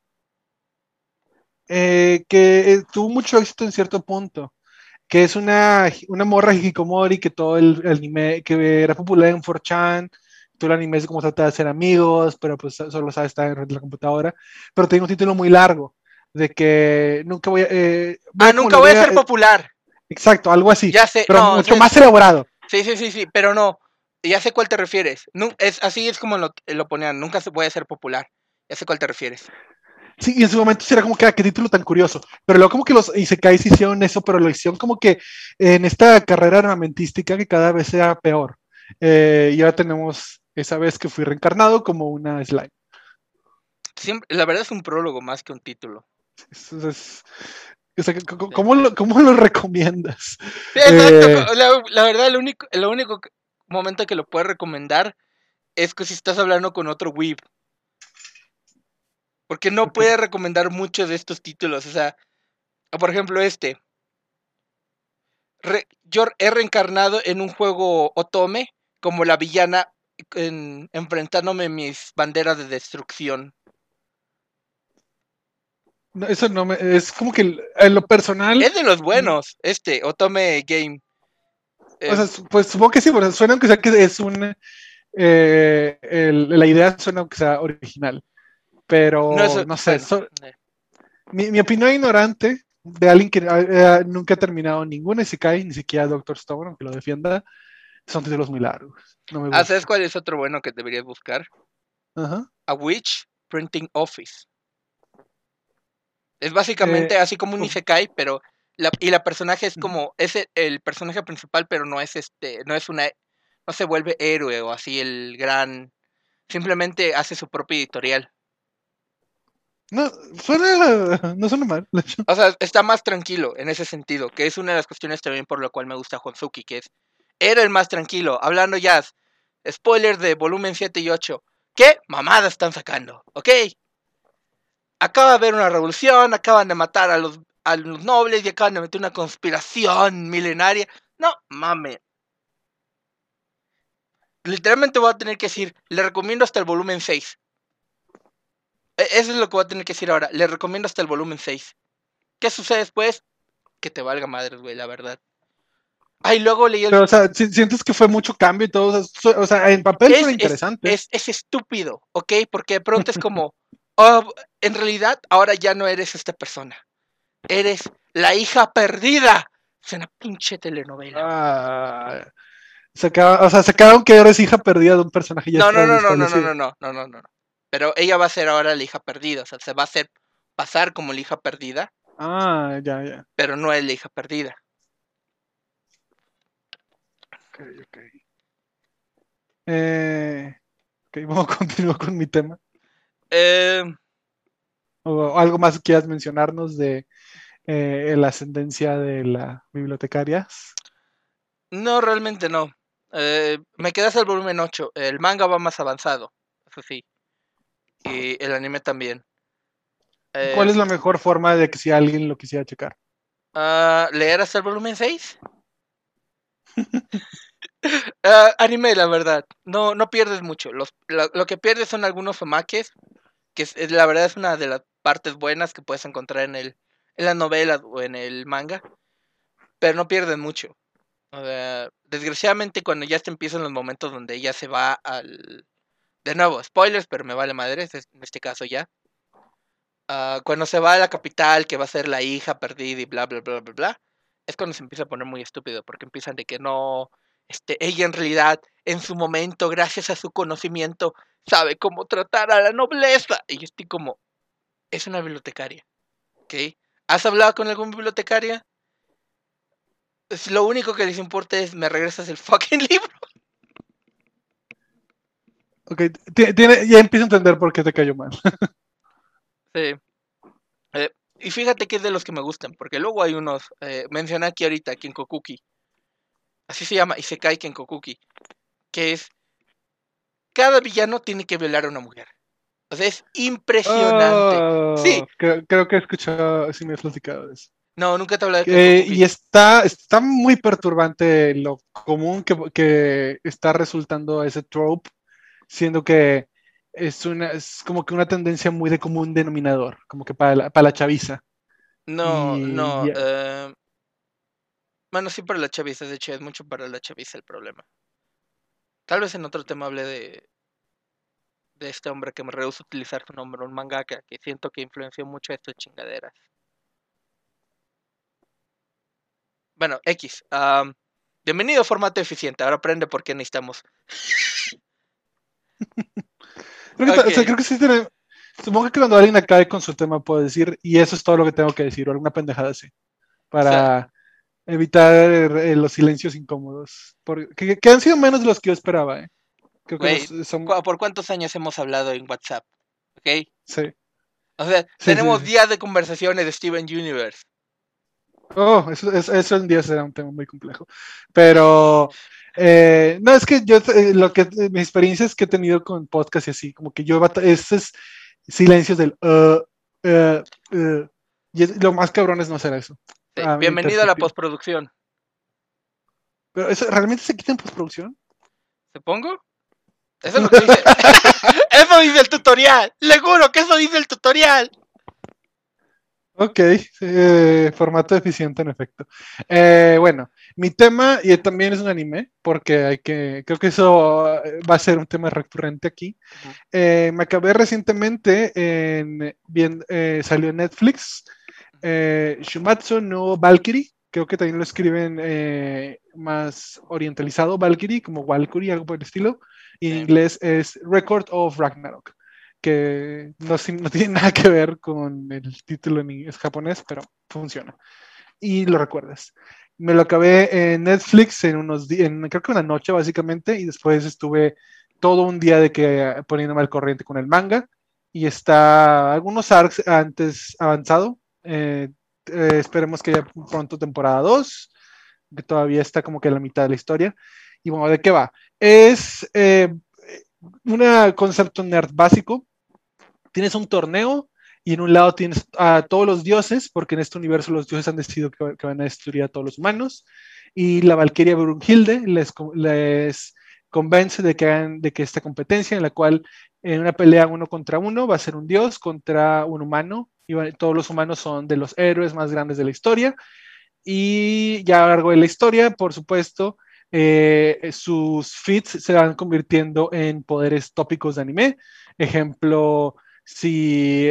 Tuvo mucho éxito en cierto punto, que es una morra hikikomori que todo el anime, que era popular en 4chan, todo el anime es como trata de hacer amigos, pero pues solo sabe estar en la computadora, pero tiene un título muy largo, de que nunca voy a como Nunca lo voy a vea, ser popular. exacto, algo así, Ya sé, pero no, mucho más elaborado. sí, pero no. Ya sé cuál te refieres. Así es como lo ponían, nunca se puede ser popular. Ya sé cuál te refieres. Sí, y en su momento sí era como que, qué título tan curioso. Pero luego como que los Isekais hicieron eso, pero lo hicieron como que en esta carrera armamentística que cada vez sea peor. Y ahora tenemos esa vez que fui reencarnado como una slime. La verdad es un prólogo más que un título. O sea, ¿cómo lo recomiendas? Sí, exacto. La verdad, el único momento que lo puedes recomendar es que si estás hablando con otro weeb. Porque no Ok. puedes recomendar muchos de estos títulos. O sea, por ejemplo, yo he reencarnado en un juego Otome como la villana enfrentándome a mis banderas de destrucción. No, eso no me. Es como que en lo personal. Es de los buenos, Otome Game. O Eh, sea, pues supongo que sí, pero suena aunque sea que es un. La idea suena aunque sea original. no es, Pero no sé. bueno. Mi opinión ignorante de alguien que nunca ha terminado ningún Isekai, ni siquiera Doctor Stone, aunque lo defienda, son títulos muy largos. No me ¿Sabes gusta. cuál es otro bueno que deberías buscar? Ajá. A Witch Printing Office. Es Eh, básicamente así como un uf, Isekai, pero la personaje es ujú. como, es el personaje principal, pero no es no se vuelve héroe o así el gran, simplemente hace su propia editorial. No, no suena mal. De hecho. O sea, está más tranquilo en ese sentido, que es una de las cuestiones también por lo cual me gusta Honsuki, era el más tranquilo, hablando ya, spoiler de volumen 7 y 8. ¿Qué mamadas están sacando? ¿Ok? Acaba de haber una revolución, acaban de matar a los nobles y acaban de meter una conspiración milenaria. No, mames. Literalmente voy a tener que decir, le recomiendo hasta el volumen 6. Eso es lo que voy a tener que decir ahora. Le recomiendo hasta el volumen 6. ¿Qué sucede después? Que te valga madres, güey, la verdad. Ay, luego leí el... Pero, o sea, sientes que fue mucho cambio y todo. O sea, en papel Es, suena es, interesante. es estúpido, ¿ok? Porque de pronto es como... Oh, en realidad, ahora ya no eres esta persona. Eres la hija perdida. Es una pinche telenovela, güey. Ah, o sea, sacaron que eres hija perdida de un personaje ya No, no, no, no, no, no, establecido. no, no, no, no, no. Pero ella va a ser ahora la hija perdida. O sea, se va a hacer pasar como la hija perdida, Ah, ya, ya. pero no es la hija perdida. Ok, ok. Ok, vamos a continuar con mi tema. Eh, O algo más que quieras mencionarnos de la ascendencia de la bibliotecaria. no, realmente no. Me quedas el volumen 8. El manga va más avanzado, eso sí. Y el anime también. ¿Cuál Eh, es la mejor forma de que si alguien lo quisiera checar? ¿Leer hasta el volumen 6? Anime, la verdad. No, no pierdes mucho. Lo que pierdes son algunos omakes, que la verdad es una de las partes buenas que puedes encontrar en la novela o en el manga, pero no pierden mucho. O sea, desgraciadamente cuando ya te empiezan los momentos donde ella se va al... De nuevo, spoilers, pero me vale madre, en este caso ya. Cuando se va a la capital, que va a ser la hija perdida y bla, bla, bla, bla, bla, es cuando se empieza a poner muy estúpido, porque empiezan de que no, ella en realidad, en su momento, gracias a su conocimiento, sabe cómo tratar a la nobleza. Y yo estoy como, es una bibliotecaria, ¿ok? ¿Has hablado con algún bibliotecaria? Lo único que les importa es, me regresas el fucking libro. Ok, ya empiezo a entender por qué te cayó mal. Sí. Y fíjate que es de los que me gustan, porque luego hay unos, mencioné aquí ahorita, Kenkokuki, así se llama, Isekai Kenkokuki, que es, cada villano tiene que violar a una mujer. O sea, es impresionante. Sí, Oh, creo que he escuchado, sí me has platicado de eso. no, nunca te he hablado de Kenkokuki. Y está muy perturbante lo común que está resultando ese trope, siendo que es como que una tendencia muy de común denominador, como que para la chaviza. No, Y no, ya. bueno, sí para la chaviza, de hecho es mucho para la chaviza el problema. Tal vez en otro tema hablé de este hombre que me rehúso a utilizar su nombre, un mangaka, que siento que influenció mucho estas chingaderas. Bueno, X. Bienvenido a formato eficiente, ahora aprende por qué necesitamos. O sea, Ok, creo que sí supongo que cuando alguien acabe con su tema puede decir, y eso es todo lo que tengo que decir, o alguna pendejada así, o sea, para evitar los silencios incómodos, que han sido menos de los que yo esperaba, ¿eh? Creo que Güey, son, ¿por cuántos años hemos hablado en WhatsApp? ¿Ok? sí, O sea, sí, sí, tenemos sí. días de conversaciones de Steven Universe. Oh, eso en día será un tema muy complejo. Pero no, es que yo mis experiencias que he tenido con podcast y así, como que yo esos silencios del y lo más cabrón es no hacer eso, Sí, a mi bienvenido a la perspectiva. postproducción. Pero eso realmente se quita en postproducción. ¿Te pongo? Eso es lo que dice. Eso dice el tutorial. Le juro que eso dice el tutorial. Ok, formato eficiente en efecto. Bueno, mi tema y también es un anime, porque creo que eso va a ser un tema recurrente aquí. Me acabé recientemente salió en Netflix Shumatsu no Valkyrie, creo que también lo escriben más orientalizado, Valkyrie, como Valkyrie, algo por el estilo, y en Sí. inglés es Record of Ragnarok, que no tiene nada que ver con el título es japonés, pero funciona. Y lo recuerdas. Me lo acabé en Netflix en unos días, creo que una noche básicamente, y después estuve todo un día de que poniéndome al corriente con el manga, y está algunos arcs antes avanzado. Esperemos que haya pronto temporada 2 que todavía está como que en la mitad de la historia. Y bueno, ¿de qué va? Es un concepto nerd básico. Tienes un torneo y en un lado tienes a todos los dioses, porque en este universo los dioses han decidido que van a destruir a todos los humanos, y la Valquiria Brunhilde les convence de que esta competencia en la cual en una pelea uno contra uno va a ser un dios contra un humano, y todos los humanos son de los héroes más grandes de la historia, y ya a lo largo de la historia, por supuesto, sus feats se van convirtiendo en poderes tópicos de anime. Ejemplo, si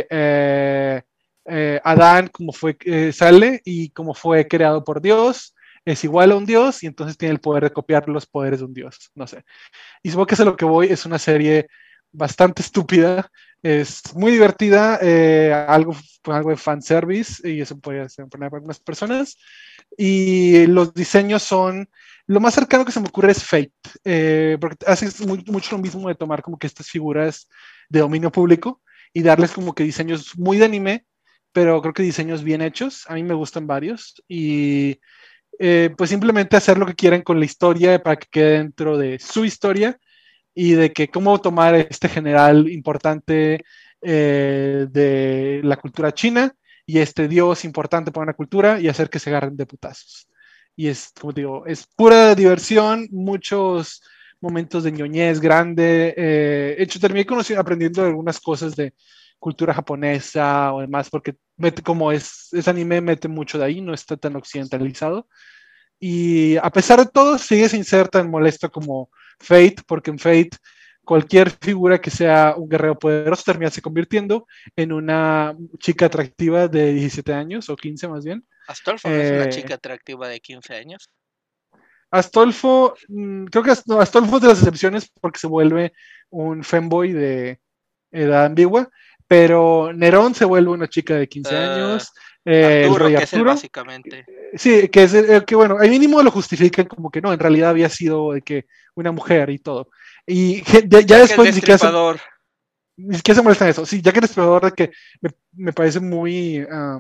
Adán, sale y como fue creado por Dios, es igual a un dios y entonces tiene el poder de copiar los poderes de un dios. No sé. Y supongo que es a lo que voy, es una serie bastante estúpida, es muy divertida, algo de fanservice, y eso puede ser para algunas personas. Y los diseños son, lo más cercano que se me ocurre es Fate, porque hace mucho lo mismo de tomar como que estas figuras de dominio público y darles como que diseños muy de anime, pero creo que diseños bien hechos, a mí me gustan varios, y pues simplemente hacer lo que quieran con la historia para que quede dentro de su historia y de que cómo tomar este general importante de la cultura china y este dios importante para una cultura y hacer que se agarren de putazos. Y es, como digo, es pura diversión, muchos momentos de ñoñez grande. Hecho, terminé aprendiendo algunas cosas de cultura japonesa o demás, porque como es anime, mete mucho de ahí, no está tan occidentalizado. Y a pesar de todo, sigue sin ser tan molesto como Fate, porque en Fate cualquier figura que sea un guerrero poderoso termina se convirtiendo en una chica atractiva de 17 años o 15 más bien. Astolfo no es una Eh, chica atractiva de 15 años. Astolfo, creo que Astolfo es de las excepciones porque se vuelve un femboy de edad ambigua, pero Nerón se vuelve una chica de 15 Uh, años, el Arturo, rey que es él Arturo. básicamente. Sí, que es que bueno, al mínimo lo justifican como que no, en realidad había sido de que una mujer y todo. Y ya Jack el después Destripador. ni siquiera se molestan eso. Sí, ya que el explorador de que me parece muy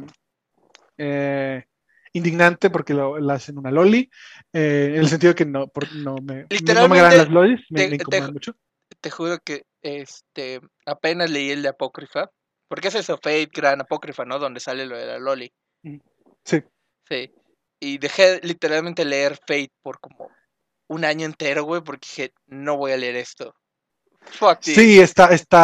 eh, indignante porque la hacen una loli, en el sentido de que no me agradan Literalmente, las lolis, te, me te, incomodan mucho. te juro que apenas leí el de Apócrifa. Porque es eso, Fate, Gran Apócrifa, ¿no? Donde sale lo de la Loli. Sí. Sí. Y dejé literalmente leer Fate por como un año entero, güey, porque dije, no voy a leer esto. Fuck Sí, this.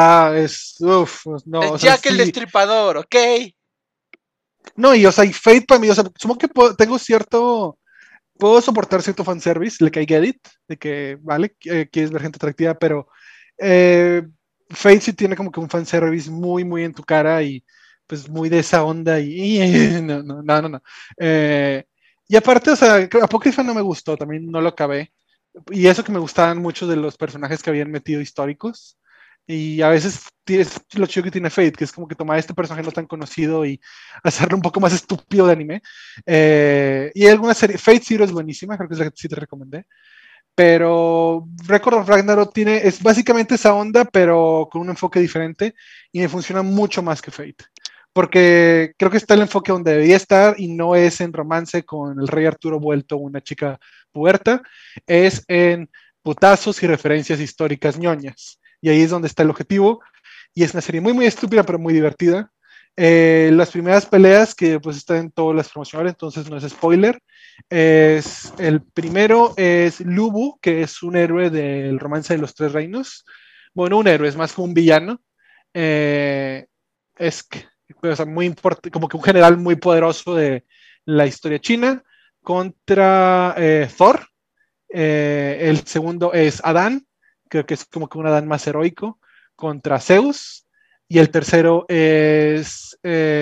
no, Es o sea, Jack el sí, Destripador, ¿ok? no, y o sea, y Fate para mí, o sea, supongo que puedo soportar cierto fanservice, like I get it, de que, vale, quieres ver gente atractiva, pero eh, Fate sí tiene como que un fanservice muy, muy en tu cara y pues muy de esa onda y no, no, no, no. No. Y aparte, o sea, Apócrifa no me gustó, también no lo acabé. Y eso que me gustaban mucho de los personajes que habían metido históricos. Y a veces es lo chido que tiene Fate, que es como que tomar este personaje no tan conocido y hacerlo un poco más estúpido de anime. Y hay alguna serie, Fate Zero es buenísima, creo que es la que sí te recomendé. Pero Record of Ragnarok es básicamente esa onda, pero con un enfoque diferente y me funciona mucho más que Fate. Porque creo que está el enfoque donde debería estar y no es en romance con el rey Arturo vuelto una chica puberta, es en putazos y referencias históricas ñoñas. Y ahí es donde está el objetivo. Y es una serie muy, muy estúpida, pero muy divertida. Las primeras peleas que pues están en todas las promocionales, entonces no es spoiler. El primero es Lubu, que es un héroe del romance de los tres reinos. Bueno, un héroe, es más como un villano. Eh, es o sea, muy importante, como que un general muy poderoso de la historia china contra Thor. El segundo es Adán, creo que es como que un Adán más heroico, contra Zeus. Y el tercero es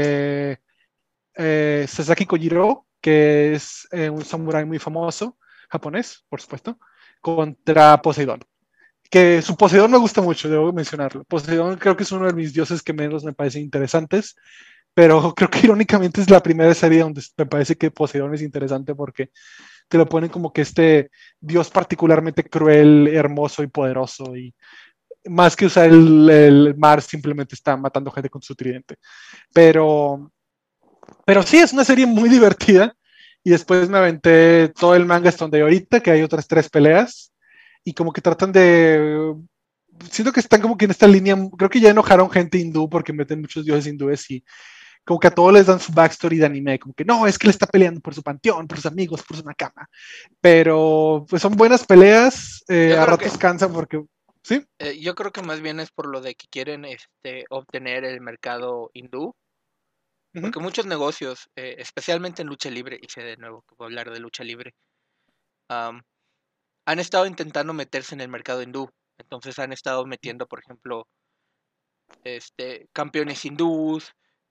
Sasaki Kojiro, que es un samurái muy famoso, japonés, por supuesto, contra Poseidón. Que su Poseidón me gusta mucho, debo mencionarlo. Poseidón creo que es uno de mis dioses que menos me parecen interesantes, pero creo que irónicamente es la primera serie donde me parece que Poseidón es interesante porque te lo ponen como que este dios particularmente cruel, hermoso y poderoso y más que usar el mar simplemente está matando gente con su tridente. Pero pero sí, es una serie muy divertida. Y después me aventé todo el manga hasta donde hay ahorita, que hay otras tres peleas. Y como que tratan de. Siento que están como que en esta línea. Creo que ya enojaron gente hindú porque meten muchos dioses hindúes y como que a todos les dan su backstory de anime. Como que no, es que él está peleando por su panteón, por sus amigos, por su nakama. Pero pues son buenas peleas. Yo A creo que ratos cansan porque. ¿Sí? yo creo que más bien es por lo de que quieren obtener el mercado hindú, Uh -huh. porque muchos negocios, especialmente en lucha libre, y sé de nuevo que voy a hablar de lucha libre, am, han estado intentando meterse en el mercado hindú. Entonces han estado metiendo, por ejemplo, campeones hindús,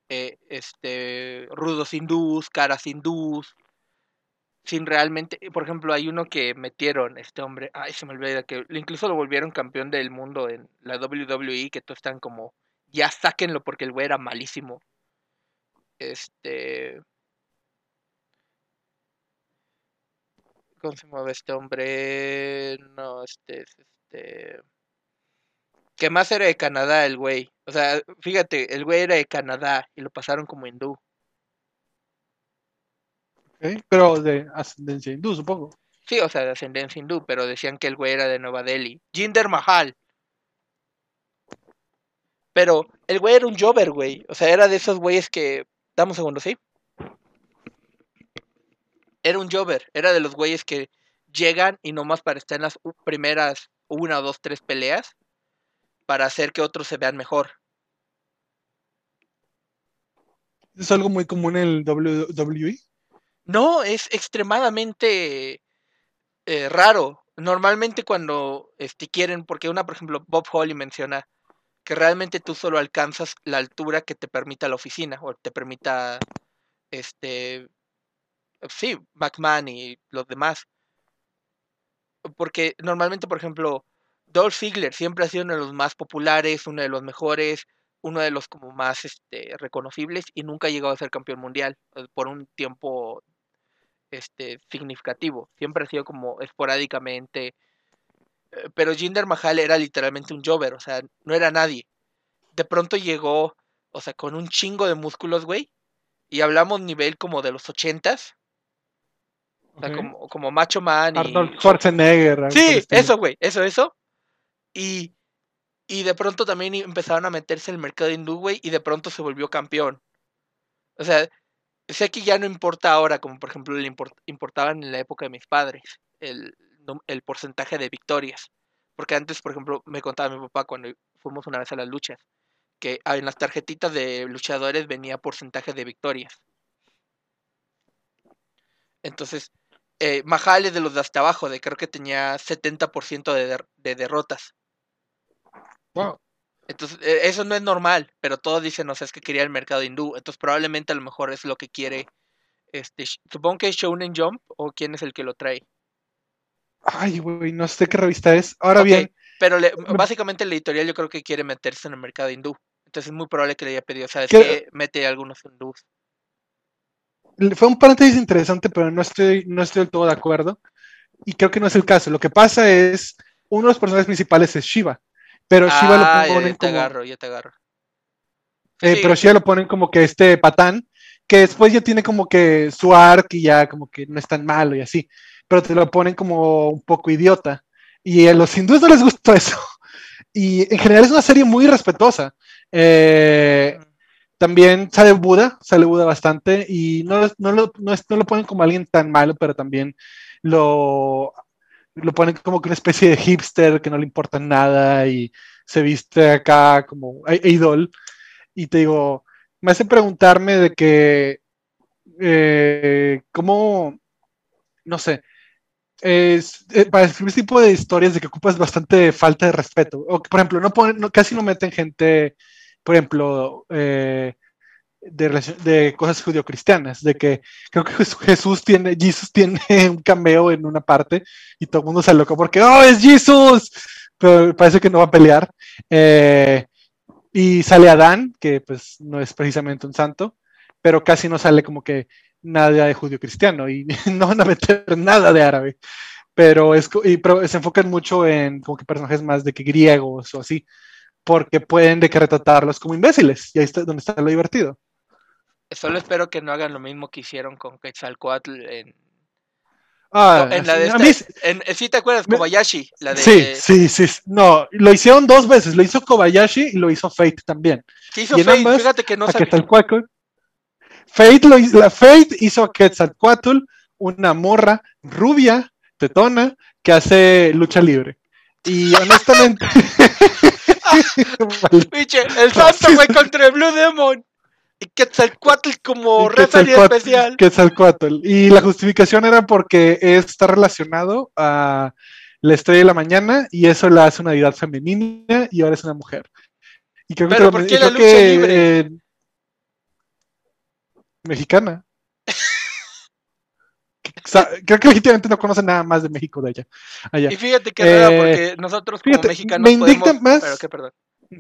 rudos hindús, caras hindús, sin realmente, por ejemplo, hay uno que metieron, este hombre, ay, se me olvida que incluso lo volvieron campeón del mundo en la WWE, que todos están como, ya sáquenlo porque el güey era malísimo. Este, ¿Cómo se mueve este hombre? No, que más era de Canadá el güey. O sea, fíjate, el güey era de Canadá y lo pasaron como hindú. Okay. Pero de ascendencia hindú, supongo. Sí, o sea, de ascendencia hindú, pero decían que el güey era de Nueva Delhi. Jinder Mahal. Pero el güey era un jobber, güey. O sea, era de esos güeyes que. Dame un segundo, ¿sí? Era un jobber. Era de los güeyes que llegan y nomás para estar en las primeras una, dos, tres peleas para hacer que otros se vean mejor. Es algo muy común en el WWE. No, es extremadamente raro. Normalmente cuando quieren, porque una, por ejemplo, Bob Holly menciona que realmente tú solo alcanzas la altura que te permita la oficina o te permita, sí, McMahon y los demás. Porque normalmente, por ejemplo, Dolph Ziggler siempre ha sido uno de los más populares, uno de los mejores, uno de los como más reconocibles y nunca ha llegado a ser campeón mundial por un tiempo significativo. Siempre ha sido como esporádicamente. Pero Jinder Mahal era literalmente un jobber, o sea, no era nadie. De pronto llegó, o sea, con un chingo de músculos, güey. Y hablamos nivel como de los ochentas. O sea, Okay. como Macho Man y Arnold Hulk. Schwarzenegger, algo por el Sí, estilo. eso, güey, eso. Y, y de pronto también empezaron a meterse en el mercado hindú, güey, y de pronto se volvió campeón. O sea, sé que ya no importa ahora, como por ejemplo le importaban en la época de mis padres, el porcentaje de victorias. Porque antes, por ejemplo, me contaba mi papá cuando fuimos una vez a las luchas, que en las tarjetitas de luchadores venía porcentaje de victorias. Entonces, Mahal es de los de hasta abajo, de creo que tenía 70% de derrotas. Wow. Entonces, eso no es normal, pero todos dicen, o sea, es que quería el mercado hindú. Entonces, probablemente a lo mejor es lo que quiere. Supongo que es Shonen Jump o quién es el que lo trae. Ay, güey, no sé qué revista es. Ahora Ok, bien, Pero básicamente la editorial yo creo que quiere meterse en el mercado hindú. Entonces es muy probable que le haya pedido, ¿sabes Que qué? Mete algunos hindús. fue un paréntesis interesante, pero no estoy del todo de acuerdo. Y creo que no es el caso. Lo que pasa es, uno de los personajes principales es Shiva, pero Shiva lo Ah, ponen ya te como, agarro, ya te agarro. Sí, pero sigue, Shiva sigue. lo ponen como que este patán, que después ya tiene como que su arc y ya como que no es tan malo y así, pero te lo ponen como un poco idiota. Y a los hindúes no les gustó eso. Y en general es una serie muy respetuosa. Eh, Mm. También sale Buda bastante y no lo ponen como alguien tan malo, pero también lo, lo ponen como que una especie de hipster que no le importa nada y se viste acá como idol. Y te digo, me hace preguntarme de que, cómo, no sé, para escribir este tipo de historias de que ocupas bastante falta de respeto. O que, por ejemplo, casi no meten gente, por ejemplo, de cosas judio-cristianas, de que creo que Jesus tiene un cameo en una parte y todo el mundo se loco porque, ¡oh, es Jesus! Pero parece que no va a pelear. Y sale Adán, que pues no es precisamente un santo, pero casi no sale como que nada de judío-cristiano y no van a meter nada de árabe, pero se enfocan mucho en como que personajes más de que griegos o así, porque pueden de que retratarlos como imbéciles y ahí está donde está lo divertido. Solo espero que no hagan lo mismo que hicieron con Quetzalcóatl Ah, en la de a mí esta. ¿Sí te acuerdas? Kobayashi, la sí, de. sí, sí, no, lo hicieron dos veces, lo hizo Kobayashi y lo hizo Fate también. ¿Qué hizo Y en Fate? ambas, Fíjate que no a sabía. Quetzalcóatl, Fate hizo a Quetzalcóatl una morra rubia, tetona, que hace lucha libre. Y honestamente, ¡Ah! Piche, el santo fue racista, contra el Blue Demon. Y Quetzalcóatl como y referee especial. Quetzalcóatl. Y la justificación era porque está relacionado a la estrella de la mañana y eso la hace una deidad femenina y ahora es una mujer. Y creo que, Pero ¿por qué la creo lucha libre? que mexicana. Creo que legítimamente no conocen nada más de México de allá. Y allá. fíjate qué raro, Eh, porque nosotros como Fíjate, me mexicanos indigna podemos. Pero más. qué, perdón.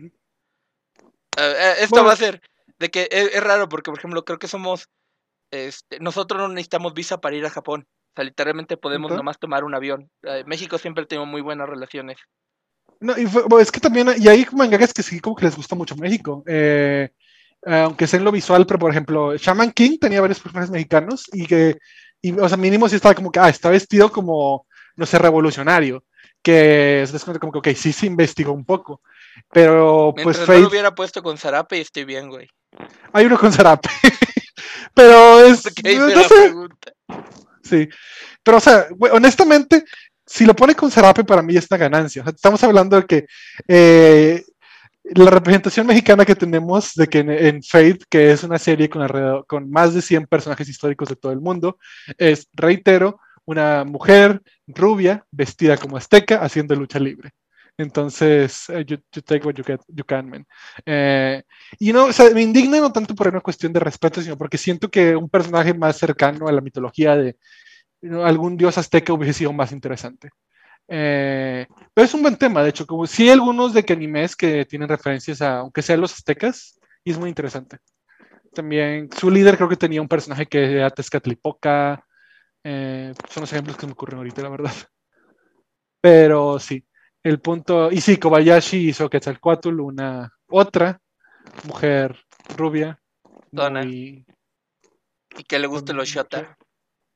Esto va Bueno, a ser de que es raro porque, por ejemplo, creo que somos. Nosotros no necesitamos visa para ir a Japón. O sea, literalmente podemos ¿no? nomás tomar un avión. México siempre ha tenido muy buenas relaciones. No, bueno, es que también, y hay mangakas que sí, como que les gusta mucho México. Aunque sea en lo visual, pero por ejemplo, Shaman King tenía varios personajes mexicanos o sea, mínimo sí estaba como que, está vestido como, no sé, revolucionario. Que es como que, ok, sí se investigó un poco. Pero pues Mientras no lo Fate, hubiera puesto con Zarape, estoy bien, güey. hay uno con Zarape. Pero Porque hice no la sé, pregunta. sí. Pero, o sea, honestamente, si lo pone con Serape, para mí es una ganancia. O sea, estamos hablando de que la representación mexicana que tenemos de que en Fate, que es una serie con más de 100 personajes históricos de todo el mundo, es, reitero, una mujer rubia vestida como azteca haciendo lucha libre. Entonces, you take what you can, man. Y no, o sea, me indigna no tanto por una cuestión de respeto, sino porque siento que un personaje más cercano a la mitología de algún dios azteca hubiese sido más interesante. Pero es un buen tema, de hecho, como si hay algunos de que animes que tienen referencias a, aunque sean los aztecas, y es muy interesante. También su líder creo que tenía un personaje que era Tezcatlipoca, son los ejemplos que me ocurren ahorita, la verdad. Pero sí, el punto, y sí, Kobayashi hizo Quetzalcóatl, una otra mujer rubia, Zona. muy, Y que le guste con los mucha Shota.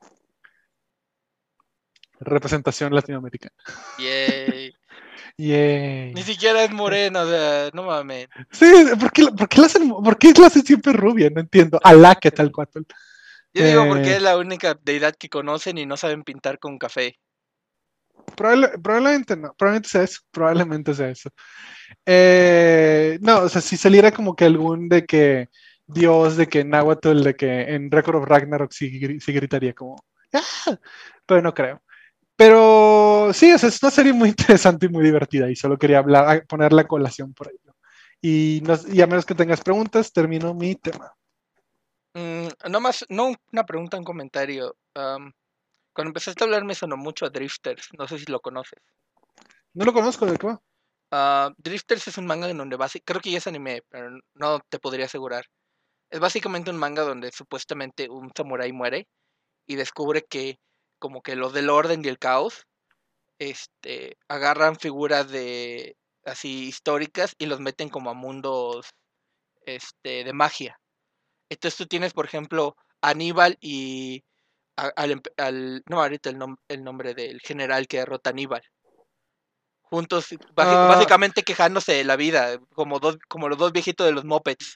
representación latinoamericana. Yay. Ni Yay. siquiera es morena, o sea, no mames. Sí, ¿por qué la hacen siempre rubia? No entiendo. Alá, ¿qué tal cuatro? Yo digo porque Eh, es la única deidad que conocen y no saben pintar con café. Probablemente no, probablemente sea eso, probablemente sea eso. No, o sea, si saliera como que algún de que Dios, de que Nahuatl, de que en Record of Ragnarok sí gritaría como, ¡ah! Pero no creo. Pero sí, o sea, es una serie muy interesante y muy divertida y solo quería poner la colación por ello. Y a menos que tengas preguntas, termino mi tema. No más, no una pregunta, un comentario. Cuando empezaste a hablar me sonó mucho a Drifters. No sé si lo conoces. No lo conozco, ¿de qué va? Drifters es un manga en donde creo que ya es anime, pero no te podría asegurar. Es básicamente un manga donde supuestamente un samurái muere y descubre que como que los del orden y el caos agarran figuras de así históricas y los meten como a mundos de magia. Entonces tú tienes, por ejemplo, Aníbal y no, ahorita el nombre del general que derrota a Aníbal. Juntos, Ah, básicamente quejándose de la vida, como los dos viejitos de los mopeds.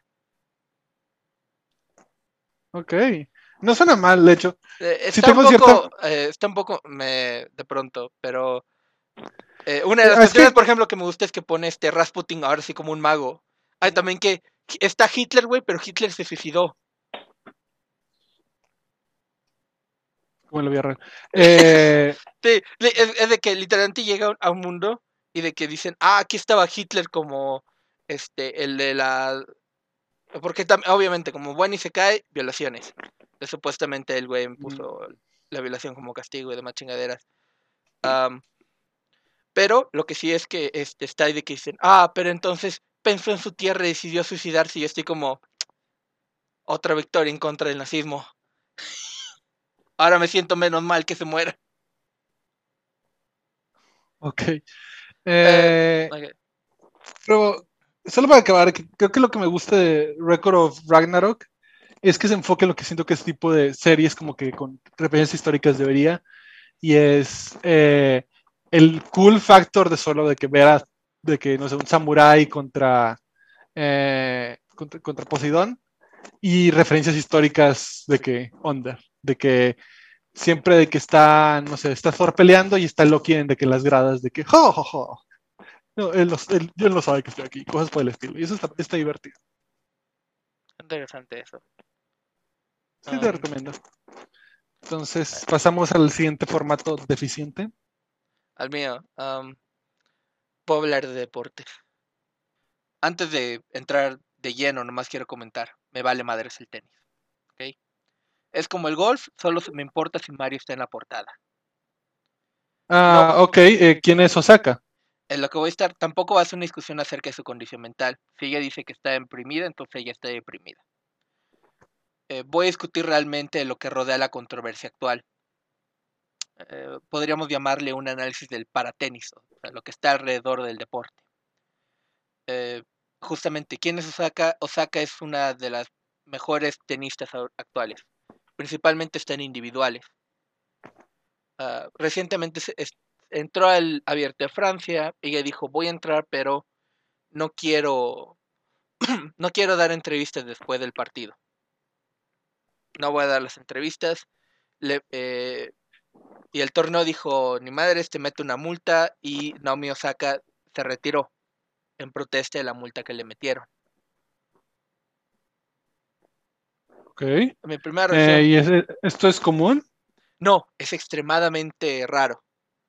ok. No suena mal, de hecho. Si tengo cierta... Está un poco de pronto, pero una de las Es cuestiones, que, por ejemplo, que me gusta es que pone Rasputin ahora sí como un mago. Hay también que está Hitler, güey, pero Hitler se suicidó. como en la vida real. Eh, Sí, es de que literalmente llega a un mundo y de que dicen, aquí estaba Hitler como el de la. Porque obviamente, como bueno y se cae, violaciones. Entonces, supuestamente el güey puso la violación como castigo y demás chingaderas. Am, pero lo que sí es que está ahí de que dicen, pero entonces pensó en su tierra y decidió suicidarse. Y yo estoy como, otra victoria en contra del nazismo. Ahora me siento menos mal que se muera. ok. Eh, Eh, ok. pero solo para acabar, creo que lo que me gusta de Record of Ragnarok es que se enfoque en lo que siento que este tipo de series como que con referencias históricas debería, y es el cool factor de solo de que veas, de que, no sé, un samurái contra Poseidón, y referencias históricas de que, onda, de que siempre de que está, no sé, está Thor peleando y está Loki de que en las gradas de que, jo, jo, jo. No, él no sabe que estoy aquí, cosas por el estilo. Y eso está divertido. Interesante eso. Sí, te Um, recomiendo. Entonces, pasamos al siguiente formato deficiente. Al mío, puedo hablar de deportes. Antes de entrar de lleno, nomás quiero comentar. Me vale madres el tenis. ¿Ok? Es como el golf, solo me importa si Mario está en la portada. No, Ok, ¿quién es Osaka? en lo que voy a estar, tampoco va a ser una discusión acerca de su condición mental. Si ella dice que está deprimida, entonces ella está deprimida. Voy a discutir realmente lo que rodea la controversia actual. Podríamos llamarle un análisis del paratenis, o sea, lo que está alrededor del deporte. Eh, Justamente, ¿quién es Osaka? Osaka es una de las mejores tenistas actuales. Principalmente está en individuales. Recientemente entró al Abierto de Francia. Ella dijo, voy a entrar, pero no quiero, no quiero dar entrevistas después del partido. No voy a dar las entrevistas. Y el torneo dijo, ni madres, te mete una multa. Y Naomi Osaka se retiró en protesta de la multa que le metieron. Ok. Mi primera reacción, ¿Y esto es común? no, es extremadamente raro.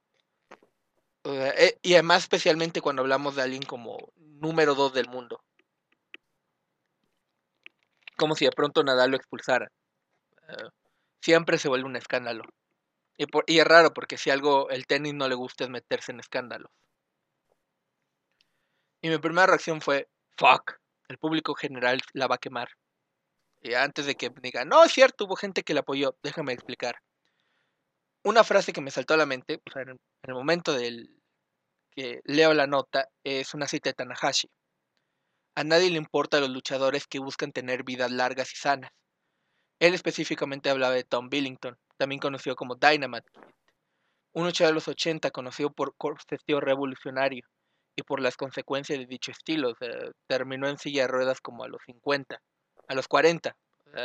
Y además especialmente cuando hablamos de alguien como número 2 del mundo. Como si de pronto Nadal lo expulsara. Eh, Siempre se vuelve un escándalo. Y es raro porque si algo el tenis no le gusta es meterse en escándalos. Y mi primera reacción fue, fuck, el público general la va a quemar. Y antes de que diga, no, es cierto, hubo gente que la apoyó, déjame explicar. Una frase que me saltó a la mente, o sea, en el momento del que leo la nota, es una cita de Tanahashi. A nadie le importa a los luchadores que buscan tener vidas largas y sanas. Él específicamente hablaba de Tom Billington, también conocido como Dynamite, un luchador de los 80 conocido por su estilo revolucionario y por las consecuencias de dicho estilo. O sea, terminó en silla de ruedas como a los 50, a los 40,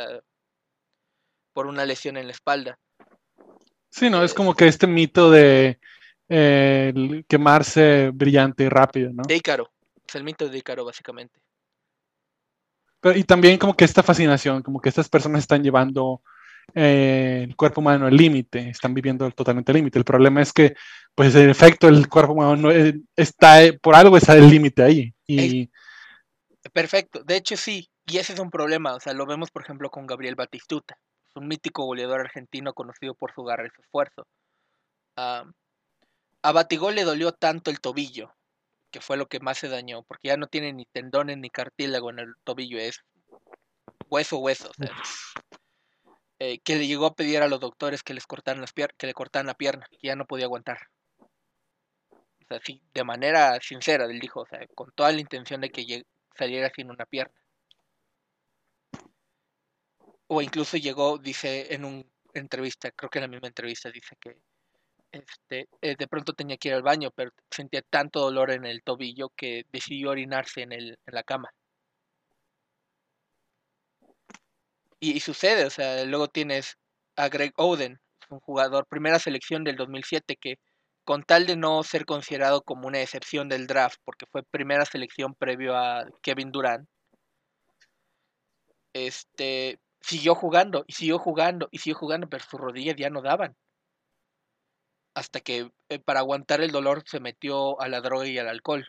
por una lesión en la espalda. Sí, no, es Eh, como que este mito de el quemarse brillante y rápido, ¿no? de Ícaro, es el mito de Ícaro básicamente. Y también como que esta fascinación, como que estas personas están llevando el cuerpo humano al límite, están viviendo totalmente al límite. El problema es que, pues en efecto, el cuerpo humano está, por algo está el límite ahí. Es Y perfecto, de hecho sí, y ese es un problema, o sea, lo vemos por ejemplo con Gabriel Batistuta, es un mítico goleador argentino conocido por su garra y su esfuerzo. Ah, a Batigol le dolió tanto el tobillo que fue lo que más se dañó, porque ya no tiene ni tendones ni cartílago en el tobillo, es hueso, hueso. O sea, que le llegó a pedir a los doctores que que le cortaran la pierna, que ya no podía aguantar. O sea, sí, de manera sincera, él dijo, o sea, con toda la intención de que saliera sin una pierna. O incluso llegó, dice en una entrevista, creo que en la misma entrevista dice que de pronto tenía que ir al baño, pero sentía tanto dolor en el tobillo que decidió orinarse en la cama. Y sucede, o sea, luego tienes a Greg Oden, un jugador, primera selección del 2007, que con tal de no ser considerado como una excepción del draft, porque fue primera selección previo a Kevin Durant, siguió jugando y siguió jugando y siguió jugando, pero sus rodillas ya no daban. Hasta que para aguantar el dolor se metió a la droga y al alcohol.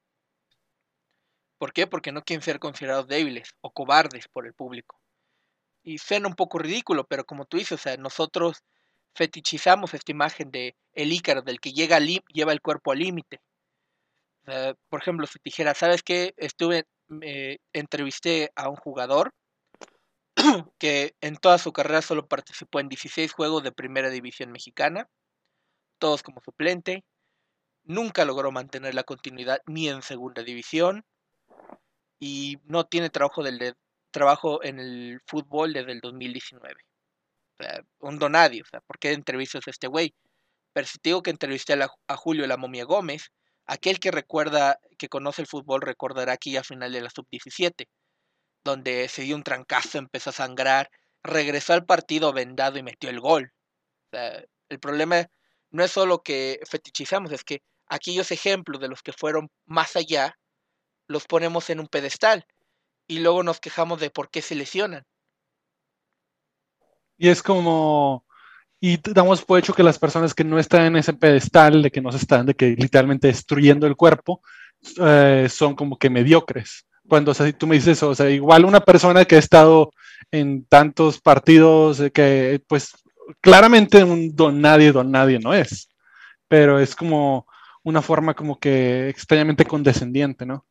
¿Por qué? Porque no quieren ser considerados débiles o cobardes por el público. Y suena un poco ridículo, pero como tú dices, o sea, nosotros fetichizamos esta imagen de el Ícaro, del que lleva el cuerpo al límite. Por ejemplo, si te dijera, ¿sabes qué? Entrevisté a un jugador que en toda su carrera solo participó en 16 juegos de primera división mexicana, todos como suplente, nunca logró mantener la continuidad ni en segunda división y no tiene trabajo en el fútbol desde el 2019. O sea, un donadie, o sea, ¿por qué entrevistas a este güey? Pero si te digo que entrevisté a Julio La Momia Gómez, aquel que conoce el fútbol recordará aquí a final de la sub-17, donde se dio un trancazo, empezó a sangrar, regresó al partido vendado y metió el gol. O sea, el problema no es solo que fetichizamos, es que aquellos ejemplos de los que fueron más allá, los ponemos en un pedestal y luego nos quejamos de por qué se lesionan. Y es como, y damos por hecho que las personas que no están en ese pedestal, de que no se están, de que literalmente destruyendo el cuerpo, son como que mediocres. Cuando, o sea, si tú me dices eso, o sea, igual una persona que ha estado en tantos partidos, que pues claramente un don nadie no es, pero es como una forma como que extrañamente condescendiente, ¿no?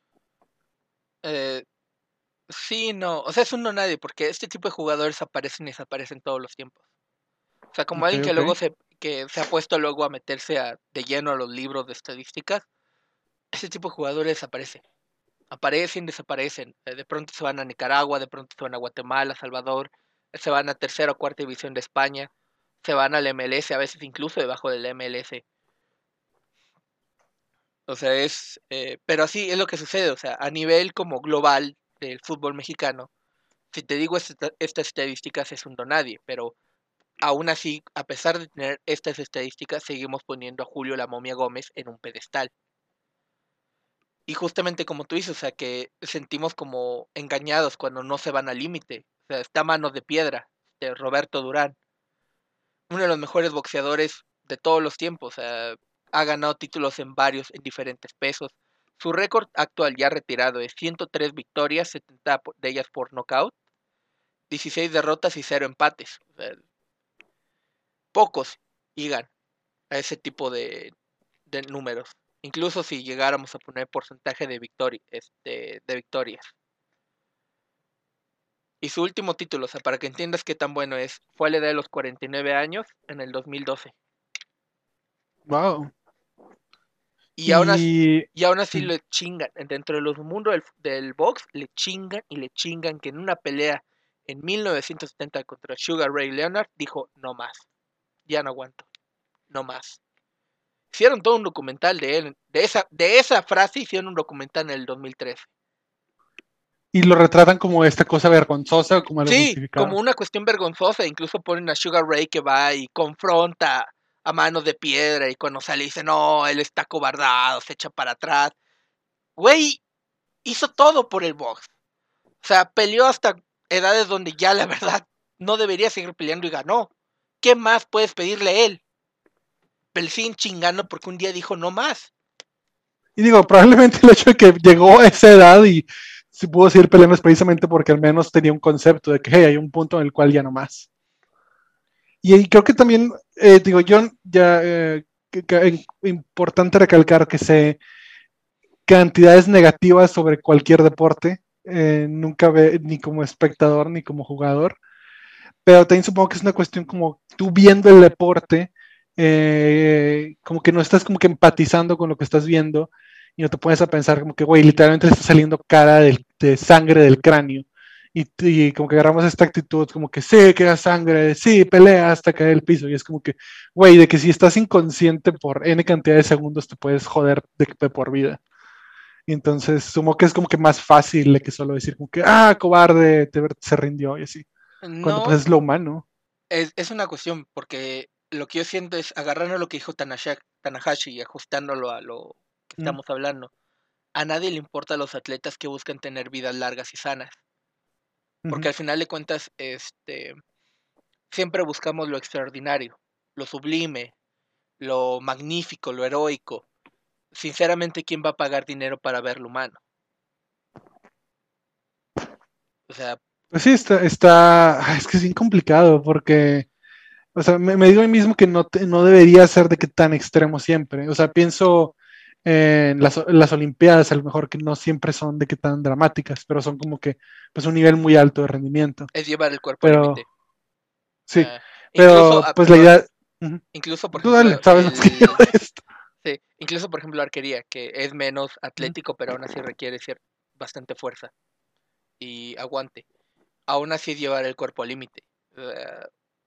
Eh, sí, no, o sea, es un no nadie, porque este tipo de jugadores aparecen y desaparecen todos los tiempos. O sea, como Ok, alguien que ok. que se ha puesto luego a meterse de lleno a los libros de estadísticas, ese tipo de jugadores desaparecen. Aparecen, desaparecen. De pronto se van a Nicaragua, de pronto se van a Guatemala, Salvador, se van a tercera o cuarta división de España, se van al MLS, a veces incluso debajo del MLS. O sea, pero así es lo que sucede, o sea, a nivel como global del fútbol mexicano, si te digo estas estadísticas es un donadie, pero aún así, a pesar de tener estas estadísticas, seguimos poniendo a Julio La Momia Gómez en un pedestal. Y justamente como tú dices, o sea, que sentimos como engañados cuando no se van al límite. O sea, está Manos de Piedra, de Roberto Durán, uno de los mejores boxeadores de todos los tiempos. O sea, ha ganado títulos en diferentes pesos. Su récord actual ya retirado es 103 victorias, 70 de ellas por nocaut, 16 derrotas y 0 empates. O sea, pocos llegan a ese tipo de números. Incluso si llegáramos a poner porcentaje de victorias. Y su último título, o sea, para que entiendas qué tan bueno es, fue a la edad de los 49 años en el 2012. Wow. Y aún así, Y y aún así le chingan, dentro de los mundos del box, le chingan y le chingan que en una pelea en 1970 contra Sugar Ray Leonard dijo, no más, ya no aguanto, no más. Hicieron todo un documental de él, de esa frase hicieron un documental en el 2013. lo retratan como esta cosa vergonzosa, como algo Sí, como justificado. una cuestión vergonzosa, incluso ponen a Sugar Ray que va y confronta a Manos de Piedra y cuando sale dice, no, él está cobardado, se echa para atrás. Güey, hizo todo por el box. O sea, peleó hasta edades donde ya la verdad no debería seguir peleando y ganó. ¿Qué más puedes pedirle a él? Pero siguen chingando porque un día dijo no más. Y digo, probablemente el hecho de que llegó a esa edad y se pudo seguir peleando es precisamente porque al menos tenía un concepto de que hey, hay un punto en el cual ya no más. Y creo que también, digo, yo ya, importante recalcar que sé cantidades negativas sobre cualquier deporte, nunca ve, ni como espectador ni como jugador, pero también supongo que es una cuestión como tú viendo el deporte, como que no estás como que empatizando con lo que estás viendo y no te pones a pensar como que, güey, literalmente le está saliendo cara de sangre del cráneo. Y como que agarramos esta actitud como que sí, queda sangre, sí, pelea hasta caer el piso. Y es como que, güey, de que si estás inconsciente por N cantidad de segundos te puedes joder de por vida. Y entonces supongo que es como que más fácil de que solo decir como que, ah, cobarde, se rindió y así. Cuando No, pues es lo humano. es una cuestión, porque lo que yo siento es agarrando lo que dijo Tanahashi y ajustándolo a lo que Mm, estamos hablando. A nadie le importa a los atletas que buscan tener vidas largas y sanas, porque ujú. al final de cuentas, siempre buscamos lo extraordinario, lo sublime, lo magnífico, lo heroico. Sinceramente, ¿quién va a pagar dinero para ver lo humano? O sea, Pues sí, es que es bien complicado porque, o sea, me digo a mí mismo que no debería ser de que tan extremo siempre. O sea, pienso en las Olimpiadas, a lo mejor que no siempre son de que tan dramáticas, pero son como que, pues un nivel muy alto de rendimiento. es llevar el cuerpo al límite. Pero, sí, Ah, incluso, pero pues la perdón, idea, ujú. incluso por Tú dale, ejemplo, sabes más que yo de esto. sí, incluso por ejemplo arquería, que es menos Ujú. atlético, pero aún así requiere bastante fuerza y aguante. Aún así es llevar el cuerpo al límite. Eh,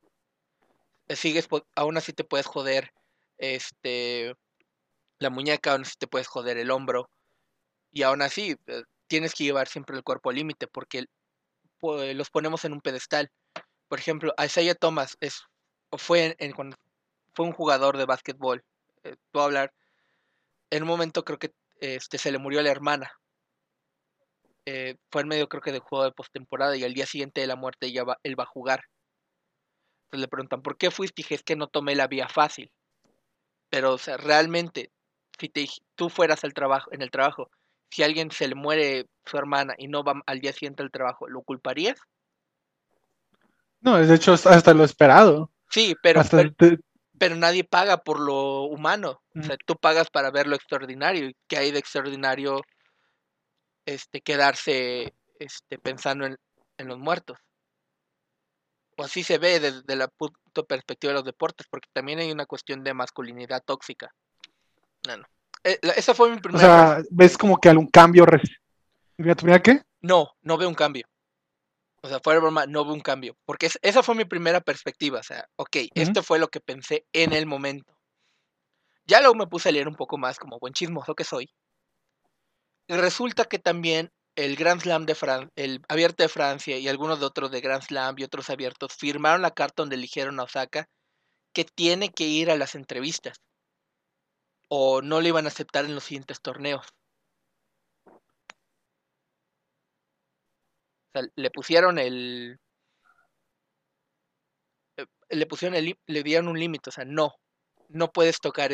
aún así te puedes joder este la muñeca, aún así te puedes joder el hombro, y aún así tienes que llevar siempre el cuerpo al límite, porque los ponemos en un pedestal. Por ejemplo, Isaiah Thomas cuando fue un jugador de básquetbol. Puedo hablar, en un momento creo que se le murió la hermana. Fue en medio creo que del juego de postemporada y al día siguiente de la muerte él va a jugar. Entonces le preguntan, ¿por qué fuiste? Y dije, es que no tomé la vía fácil. Pero, o sea, realmente, si tú fueras al trabajo, en el trabajo, si a alguien se le muere su hermana y no va al día siguiente al trabajo, ¿lo culparías? No, de hecho, hasta lo esperado. Sí, pero, Hasta, pero, pero nadie paga por lo humano. O ujú. sea, tú pagas para ver lo extraordinario. ¿Y qué hay de extraordinario quedarse pensando en los muertos? O así se ve desde la punto perspectiva de los deportes, porque también hay una cuestión de masculinidad tóxica. Bueno, esa fue mi O primera sea, ves como que algún cambio. ¿Mira qué? No, no veo un cambio. O sea, fuera de broma, no veo un cambio. Porque esa fue mi primera perspectiva. O sea, ok, Ujú. esto fue lo que pensé en el momento. Ya luego me puse a leer un poco más como buen chismoso que soy. Y resulta que también el Grand Slam de Francia, el Abierto de Francia y algunos de otros de Grand Slam y otros abiertos firmaron la carta donde eligieron a Osaka que tiene que ir a las entrevistas o no le iban a aceptar en los siguientes torneos. O sea, le dieron un límite, o sea, no puedes tocar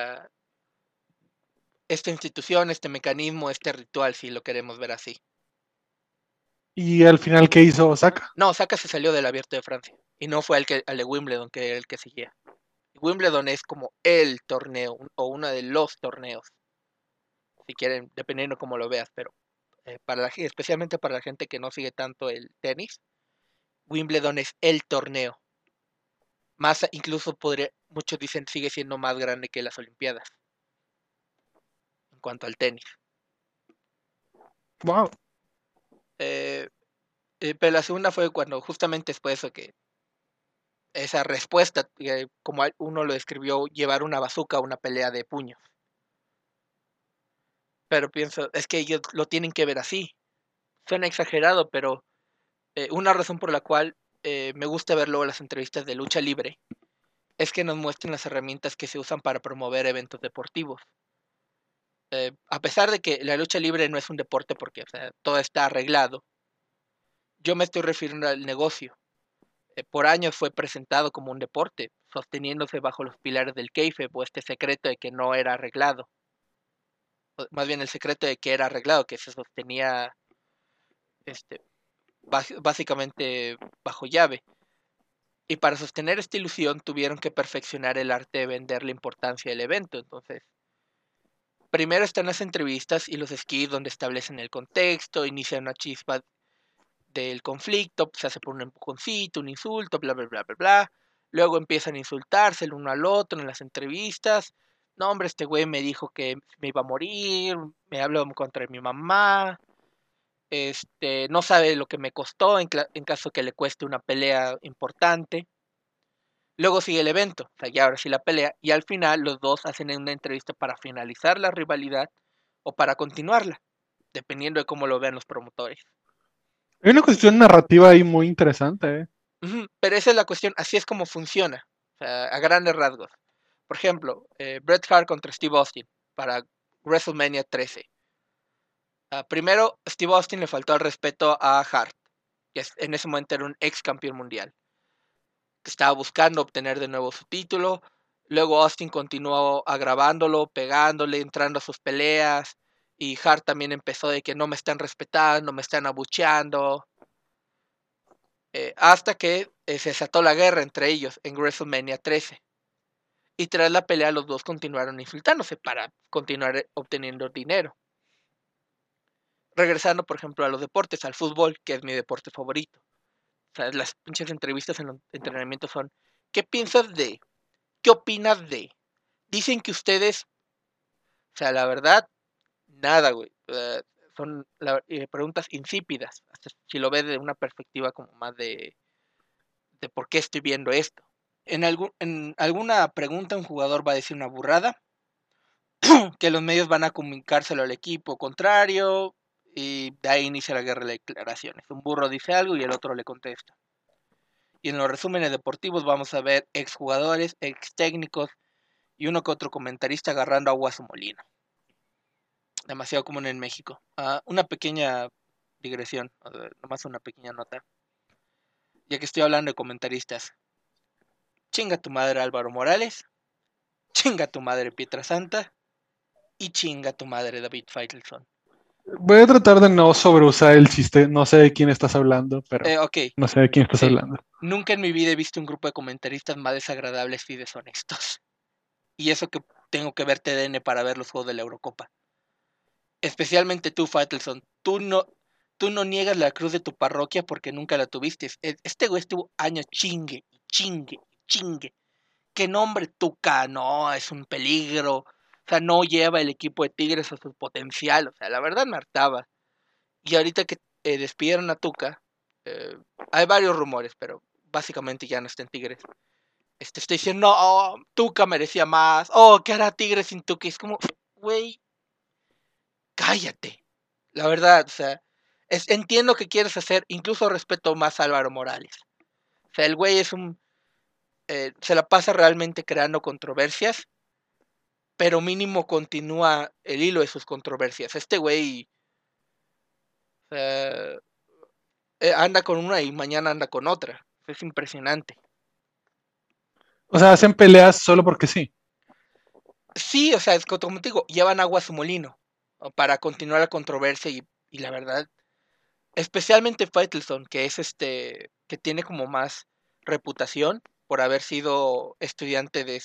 esta institución, este mecanismo, este ritual, si lo queremos ver así. Y al final, ¿qué hizo Osaka? No, Saka se salió del Abierto de Francia y no fue al de Wimbledon, que era el que seguía. Wimbledon es como el torneo o uno de los torneos, si quieren, dependiendo cómo lo veas, pero especialmente para la gente que no sigue tanto el tenis, Wimbledon es el torneo. Más incluso muchos dicen sigue siendo más grande que las Olimpiadas en cuanto al tenis. Wow. Eh, pero la segunda fue cuando justamente después de que esa respuesta, como uno lo describió, llevar una bazooka a una pelea de puños. Pero pienso, es que ellos lo tienen que ver así. Suena exagerado, pero una razón por la cual me gusta ver luego las entrevistas de lucha libre es que nos muestran las herramientas que se usan para promover eventos deportivos. A pesar de que la lucha libre no es un deporte porque o sea, todo está arreglado, yo me estoy refiriendo al negocio. Por años fue presentado como un deporte, sosteniéndose bajo los pilares del kayfabe o este secreto de que no era arreglado. Más bien el secreto de que era arreglado, que se sostenía este, básicamente bajo llave. Y para sostener esta ilusión tuvieron que perfeccionar el arte de vender la importancia del evento. Entonces, primero están las entrevistas y los skits donde establecen el contexto, inician una chispa del conflicto, se hace por un empujoncito, un insulto, bla, bla, bla, bla, bla. Luego empiezan a insultarse el uno al otro en las entrevistas. No, hombre, este güey me dijo que me iba a morir, me habló contra mi mamá, no sabe lo que me costó en caso que le cueste una pelea importante. Luego sigue el evento, o sea, ya ahora sí la pelea, y al final los dos hacen una entrevista para finalizar la rivalidad o para continuarla, dependiendo de cómo lo vean los promotores. Hay una cuestión narrativa ahí muy interesante, ¿eh? Pero esa es la cuestión, así es como funciona, o sea, a grandes rasgos. Por ejemplo, Bret Hart contra Steve Austin para WrestleMania 13. Primero, Steve Austin le faltó al respeto a Hart, que en ese momento era un ex campeón mundial, que estaba buscando obtener de nuevo su título. Luego Austin continuó agravándolo, pegándole, entrando a sus peleas. Y Hart también empezó de que no me están respetando, me están abucheando. Hasta que se desató la guerra entre ellos en WrestleMania 13. Y tras la pelea los dos continuaron insultándose para continuar obteniendo dinero. Regresando, por ejemplo, a los deportes, al fútbol, que es mi deporte favorito. O sea, las pinches entrevistas en los entrenamientos son, ¿qué piensas de? ¿Qué opinas de? Dicen que ustedes, o sea, la verdad, nada, güey. Son preguntas insípidas, hasta si lo ves de una perspectiva como más de por qué estoy viendo esto. En alguna pregunta un jugador va a decir una burrada, que los medios van a comunicárselo al equipo contrario, y de ahí inicia la guerra de declaraciones. Un burro dice algo y el otro le contesta. Y en los resúmenes deportivos vamos a ver exjugadores, ex técnicos y uno que otro comentarista agarrando agua a su molino. Demasiado común en México. Una pequeña digresión, nomás una pequeña nota. Ya que estoy hablando de comentaristas. Chinga tu madre Álvaro Morales, chinga tu madre Pietrasanta y chinga tu madre David Faitelson. Voy a tratar de no sobreusar el chiste. No sé de quién estás hablando, pero Ok, no sé de quién estás hablando. nunca en mi vida he visto un grupo de comentaristas más desagradables y deshonestos. Y eso que tengo que ver TDN para ver los juegos de la Eurocopa. Especialmente tú, Faitelson. Tú no niegas la cruz de tu parroquia porque nunca la tuviste. Este güey estuvo años chingue, chingue, chingue. ¿Qué nombre Tuca? No, es un peligro. O sea, no lleva el equipo de Tigres a su potencial. O sea, la verdad me hartaba. Y ahorita que despidieron a Tuca, hay varios rumores, pero básicamente ya no está en Tigres. Estoy diciendo, no, oh, Tuca merecía más. Oh, ¿qué hará Tigres sin Tuca? Y es como, güey, cállate. La verdad, o sea, entiendo que quieres hacer, incluso respeto más a Álvaro Morales. O sea, el güey es se la pasa realmente creando controversias, pero mínimo continúa el hilo de sus controversias. Este güey anda con una y mañana anda con otra. Es impresionante. O sea, hacen peleas solo porque sí. Sí, o sea, es como te digo, llevan agua a su molino para continuar la controversia y la verdad, especialmente Faitelson, que es que tiene como más reputación por haber sido estudiante de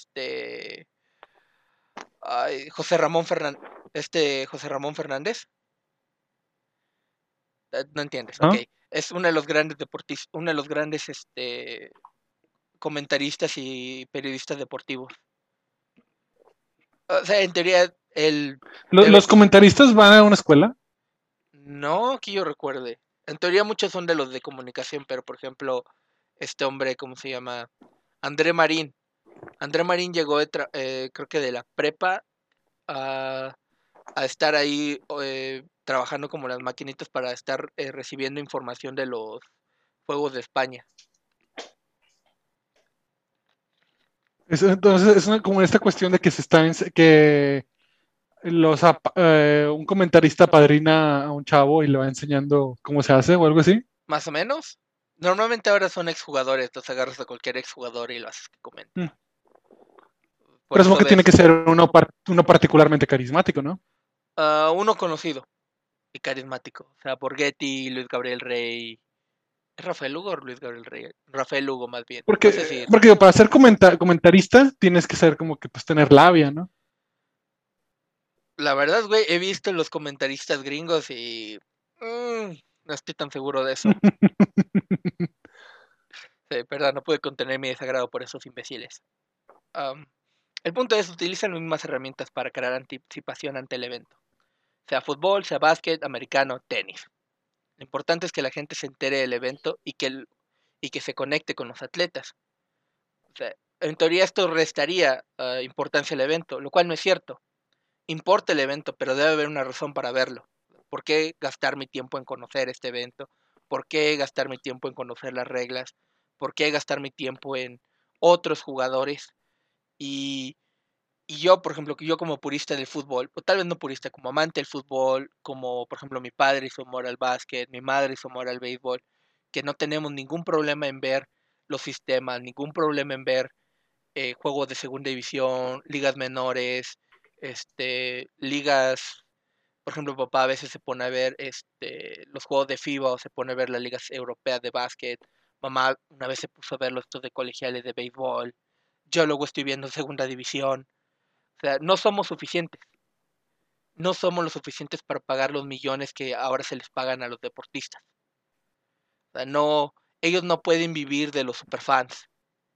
José Ramón Fernández, José Ramón Fernández. No entiendes, ¿No? ok. Es uno de los grandes deportistas, uno de los grandes comentaristas y periodistas deportivos. O sea, en teoría, él ¿Los comentaristas van a una escuela? no que yo recuerde. En teoría muchos son de los de comunicación, pero por ejemplo, este hombre, ¿cómo se llama? André Marín. André Marín llegó, creo que de la prepa a, a estar ahí trabajando como las maquinitas para estar recibiendo información de los Juegos de España. Entonces es como esta cuestión de que se están que un comentarista padrina a un chavo y le va enseñando cómo se hace o algo así. Más o menos. Normalmente ahora son exjugadores, los agarras a cualquier exjugador y lo haces que comente. Mm. Por Presumo eso que tiene ves que ser uno particularmente carismático, ¿no? uno conocido y carismático. O sea, Borghetti, Luis Gabriel Rey. ¿Es Rafael Lugo o Luis Gabriel Rey? Rafael Lugo más bien. No sé si... Porque para ser comentarista tienes que ser como que pues tener labia, ¿no? La verdad, güey, he visto los comentaristas gringos y no estoy tan seguro de eso. Sí, perdón, no pude contener mi desagrado por esos imbéciles. Am, el punto es, utilizan las mismas herramientas para crear anticipación ante el evento. Sea fútbol, sea básquet, americano, tenis. Lo importante es que la gente se entere del evento y que se conecte con los atletas. O sea, en teoría esto restaría importancia al evento, lo cual no es cierto. Importa el evento, pero debe haber una razón para verlo. ¿Por qué gastar mi tiempo en conocer este evento? ¿Por qué gastar mi tiempo en conocer las reglas? ¿Por qué gastar mi tiempo en otros jugadores? Y, y yo, por ejemplo, que yo como purista del fútbol, o tal vez no purista, como amante del fútbol, como por ejemplo mi padre hizo amor al básquet, mi madre hizo amor al béisbol, que no tenemos ningún problema en ver los sistemas, ningún problema en ver juegos de segunda división, ligas menores, ligas, por ejemplo, papá a veces se pone a ver los juegos de FIBA o se pone a ver las ligas europeas de básquet, mamá una vez se puso a ver los estos de colegiales de béisbol, yo luego estoy viendo segunda división, o sea, no somos suficientes, no somos lo suficientes para pagar los millones que ahora se les pagan a los deportistas, o sea, no, ellos no pueden vivir de los superfans.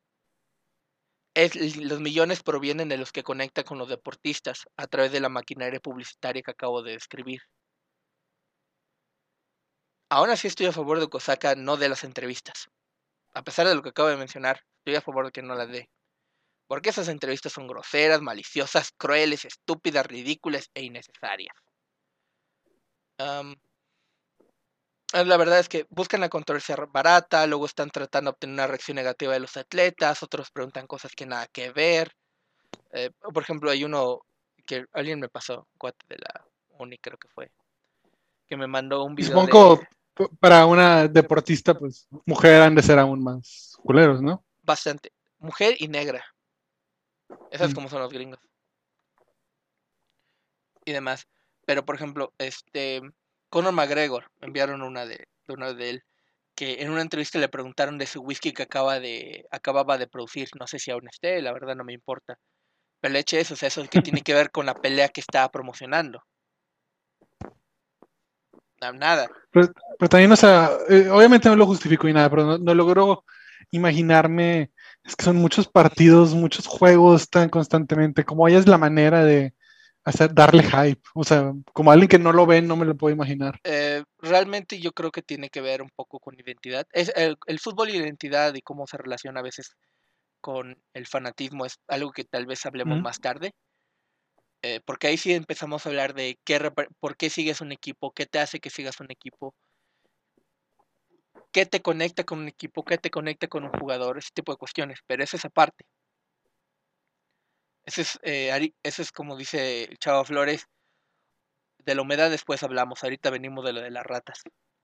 Los millones provienen de los que conectan con los deportistas a través de la maquinaria publicitaria que acabo de describir. Aún así estoy a favor de que Osaka no dé las entrevistas. A pesar de lo que acabo de mencionar, estoy a favor de que no las dé. Porque esas entrevistas son groseras, maliciosas, crueles, estúpidas, ridículas e innecesarias. Am, la verdad es que buscan la controversia barata, luego están tratando de obtener una reacción negativa de los atletas, otros preguntan cosas que nada que ver. Por ejemplo, hay uno que alguien me pasó, un cuate de la uni creo que fue, que me mandó un Y video supongo de para una deportista, pues mujer han de ser aún más culeros, ¿no? bastante mujer y negra. Esas Mm. como son los gringos y demás. Pero por ejemplo, Conor McGregor me enviaron una de él que en una entrevista le preguntaron de su whisky que acababa de producir, no sé si aún esté, la verdad no me importa. Pero le eché eso, o sea, eso que tiene que ver con la pelea que estaba promocionando. Nada. Pero también, o sea, obviamente no lo justifico ni nada, pero no logro imaginarme, es que son muchos partidos, muchos juegos tan constantemente, como ella es la manera de darle hype, o sea, como alguien que no lo ve, no me lo puedo imaginar. Realmente yo creo que tiene que ver un poco con identidad. Es el fútbol y la identidad y cómo se relaciona a veces con el fanatismo es algo que tal vez hablemos Mm. más tarde, porque ahí sí empezamos a hablar de por qué sigues un equipo, qué te hace que sigas un equipo, qué te conecta con un equipo, qué te conecta con un jugador, ese tipo de cuestiones, pero eso es aparte. Eso es como dice el Chavo Flores, de la humedad después hablamos, ahorita venimos de lo de las ratas.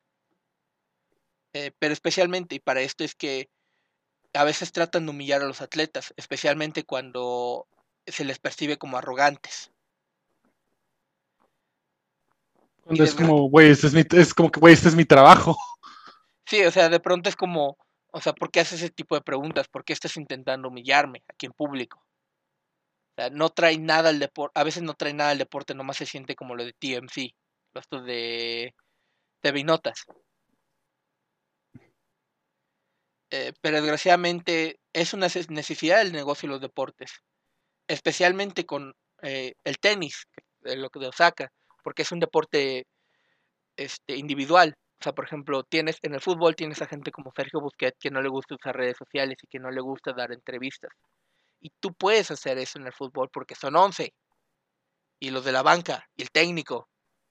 Pero especialmente, y para esto es que a veces tratan de humillar a los atletas, especialmente cuando se les percibe como arrogantes. Y Cuando es como, güey, es como que, güey, este es mi trabajo. sí, o sea, de pronto es como, o sea, ¿por qué haces ese tipo de preguntas? ¿Por qué estás intentando humillarme aquí en público? O sea, no trae nada al deporte, a veces no trae nada al deporte, nomás se siente como lo de TMC, esto de TV Notas. Pero desgraciadamente es una necesidad del negocio de los deportes, especialmente con el tenis, lo que de Osaka, porque es un deporte individual. O sea, por ejemplo, tienes en el fútbol tienes a gente como Sergio Busquets que no le gusta usar redes sociales y que no le gusta dar entrevistas. Y tú puedes hacer eso en el fútbol porque son 11 y los de la banca y el técnico.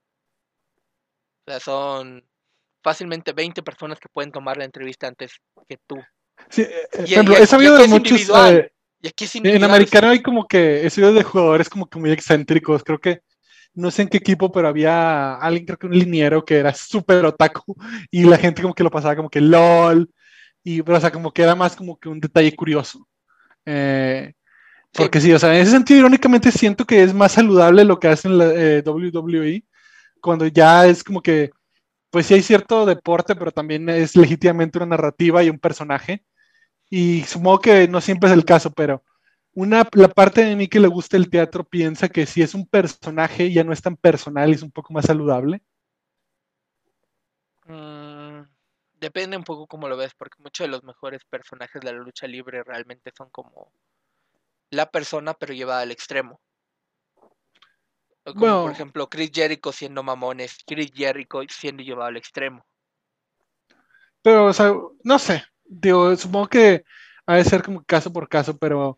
O sea, son fácilmente 20 personas que pueden tomar la entrevista antes que tú. Sí, Y, por ejemplo, he y sabido aquí de es muchos, individual. Y aquí es en individual. americano hay como que, he sabido de jugadores como que muy excéntricos, creo que no sé en qué equipo, pero había alguien, creo que un liniero que era súper otaku y la gente como que lo pasaba como que LOL, y, pero o sea, como que era más como que un detalle curioso. Eh, Sí, Porque sí, o sea, en ese sentido, irónicamente siento que es más saludable lo que hacen la WWE, cuando ya es como que, pues sí hay cierto deporte, pero también es legítimamente una narrativa y un personaje. Y supongo que no siempre es el caso, pero la parte de mí que le gusta el teatro piensa que si es un personaje ya no es tan personal y es un poco más saludable. Mm, depende un poco cómo lo ves, porque muchos de los mejores personajes de la lucha libre realmente son como la persona, pero llevada al extremo. O como por Bueno, ejemplo Chris Jericho siendo mamones, Chris Jericho siendo llevado al extremo. pero, o sea, no sé, digo, supongo que ha de ser como caso por caso, pero,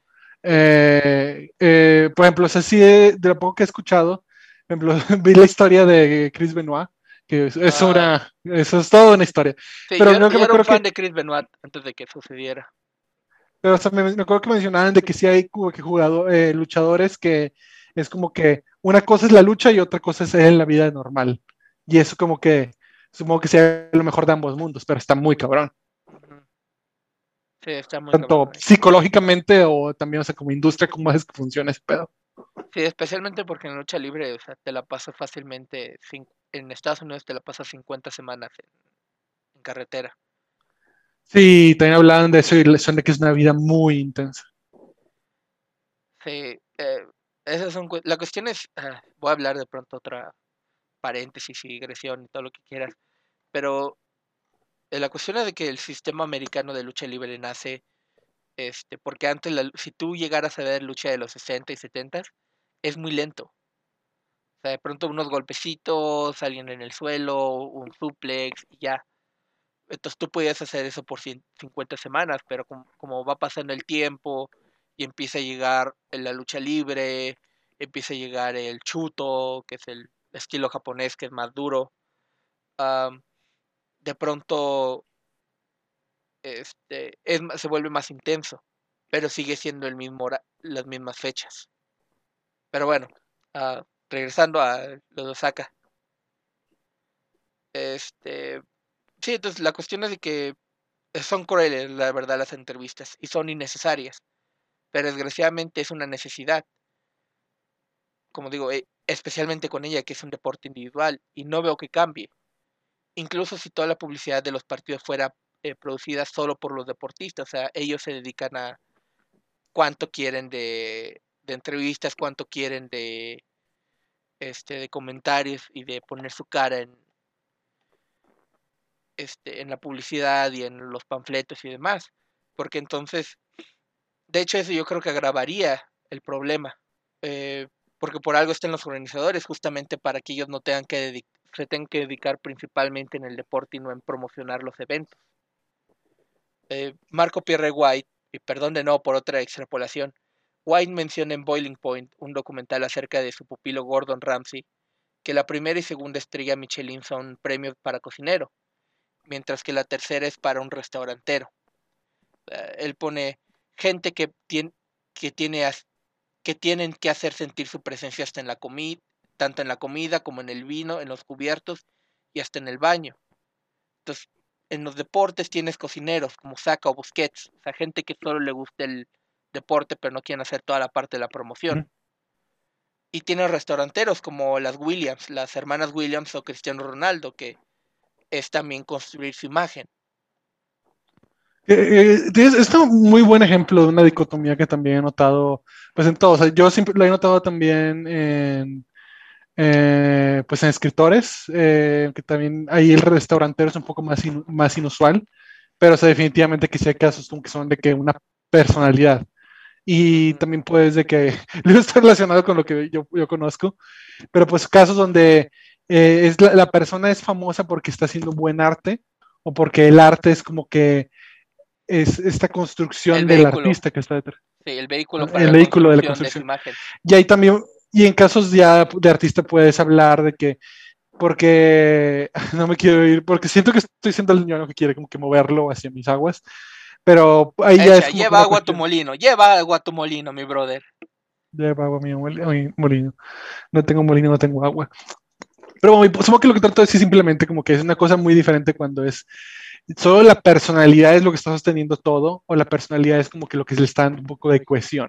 por ejemplo, o sea, sí, de lo poco que he escuchado, por ejemplo, vi la historia de Chris Benoit, que Ah, eso es toda una historia, sí, pero no que yo me era un acuerdo fan que, de Chris Benoit antes de que sucediera. pero, o sea, me acuerdo que mencionaban de que sí hay como que luchadores que es como que una cosa es la lucha y otra cosa es en la vida normal, y eso como que, supongo que sea lo mejor de ambos mundos, pero está muy cabrón. Ujú. Sí, está muy Tanto cabrón ahí. psicológicamente o también, o sea, como industria, cómo es que funciona ese pedo. Sí, especialmente porque en lucha libre, o sea, te la pasas fácilmente, en Estados Unidos te la pasas 50 semanas en carretera. Sí, también hablaban de eso y son de que es una vida muy intensa. Sí, esas son, la cuestión es, voy a hablar de pronto otra paréntesis y digresión y todo lo que quieras, pero la cuestión es de que el sistema americano de lucha libre nace, porque antes, si tú llegaras a ver lucha de los 60 y 70, es muy lento. O sea, de pronto unos golpecitos, alguien en el suelo, un suplex y ya. Entonces tú podías hacer eso por 50 semanas, pero como va pasando el tiempo y empieza a llegar la lucha libre, empieza a llegar el chuto, que es el estilo japonés que es más duro, am, de pronto se vuelve más intenso, pero sigue siendo las mismas fechas. Pero bueno, regresando a lo de Osaka, este, sí, entonces la cuestión es de que son crueles, la verdad, las entrevistas y son innecesarias. Pero desgraciadamente es una necesidad, como digo, especialmente con ella, que es un deporte individual, y no veo que cambie. Incluso si toda la publicidad de los partidos fuera producida solo por los deportistas, o sea, ellos se dedican a cuánto quieren de entrevistas, cuánto quieren de comentarios y de poner su cara en la publicidad y en los panfletos y demás. Porque entonces, de hecho, eso yo creo que agravaría el problema. eh, Porque por algo están los organizadores, justamente para que ellos no tengan se tengan que dedicar principalmente en el deporte y no en promocionar los eventos. Marco Pierre White, y perdón de nuevo por otra extrapolación, White menciona en Boiling Point, un documental acerca de su pupilo Gordon Ramsay, que la primera y segunda estrella Michelin son premios para cocinero, mientras que la tercera es para un restaurantero. Él pone gente que tiene que tienen que hacer sentir su presencia hasta en la comida, tanto en la comida como en el vino, en los cubiertos y hasta en el baño. Entonces, en los deportes tienes cocineros como Saka o Busquets, o sea, gente que solo le gusta el deporte pero no quieren hacer toda la parte de la promoción. Ujú. Y tienes restauranteros como las Williams, las hermanas Williams o Cristiano Ronaldo, que es también construir su imagen. Es un muy buen ejemplo de una dicotomía que también he notado, pues en todo. O sea, yo siempre lo he notado también pues en escritores, que también ahí el restaurantero es un poco más inusual, pero o sea, definitivamente que sí hay casos como que son de que una personalidad. Y Ujú. también puedes de que, no está relacionado con lo que yo conozco, pero pues casos donde la persona es famosa porque está haciendo buen arte o porque el arte es como que es esta El construcción del vehículo, artista que está detrás, sí, el vehículo para el la vehículo de la construcción de su construcción. imagen. Y ahí también, y en casos ya de artista puedes hablar de que, porque no me quiero ir, porque siento que estoy siendo el niño que quiere como que moverlo hacia mis aguas, pero ahí ya es Echa, como que lleva una agua a tu cuestión. molino, lleva agua a tu molino, mi brother. Lleva agua a mi molino. No tengo molino, no tengo agua. Pero bueno, supongo que lo que trato de decir simplemente como que es una cosa muy diferente cuando es solo la personalidad es lo que está sosteniendo todo, o la personalidad es como que lo que le está dando un poco de cohesión.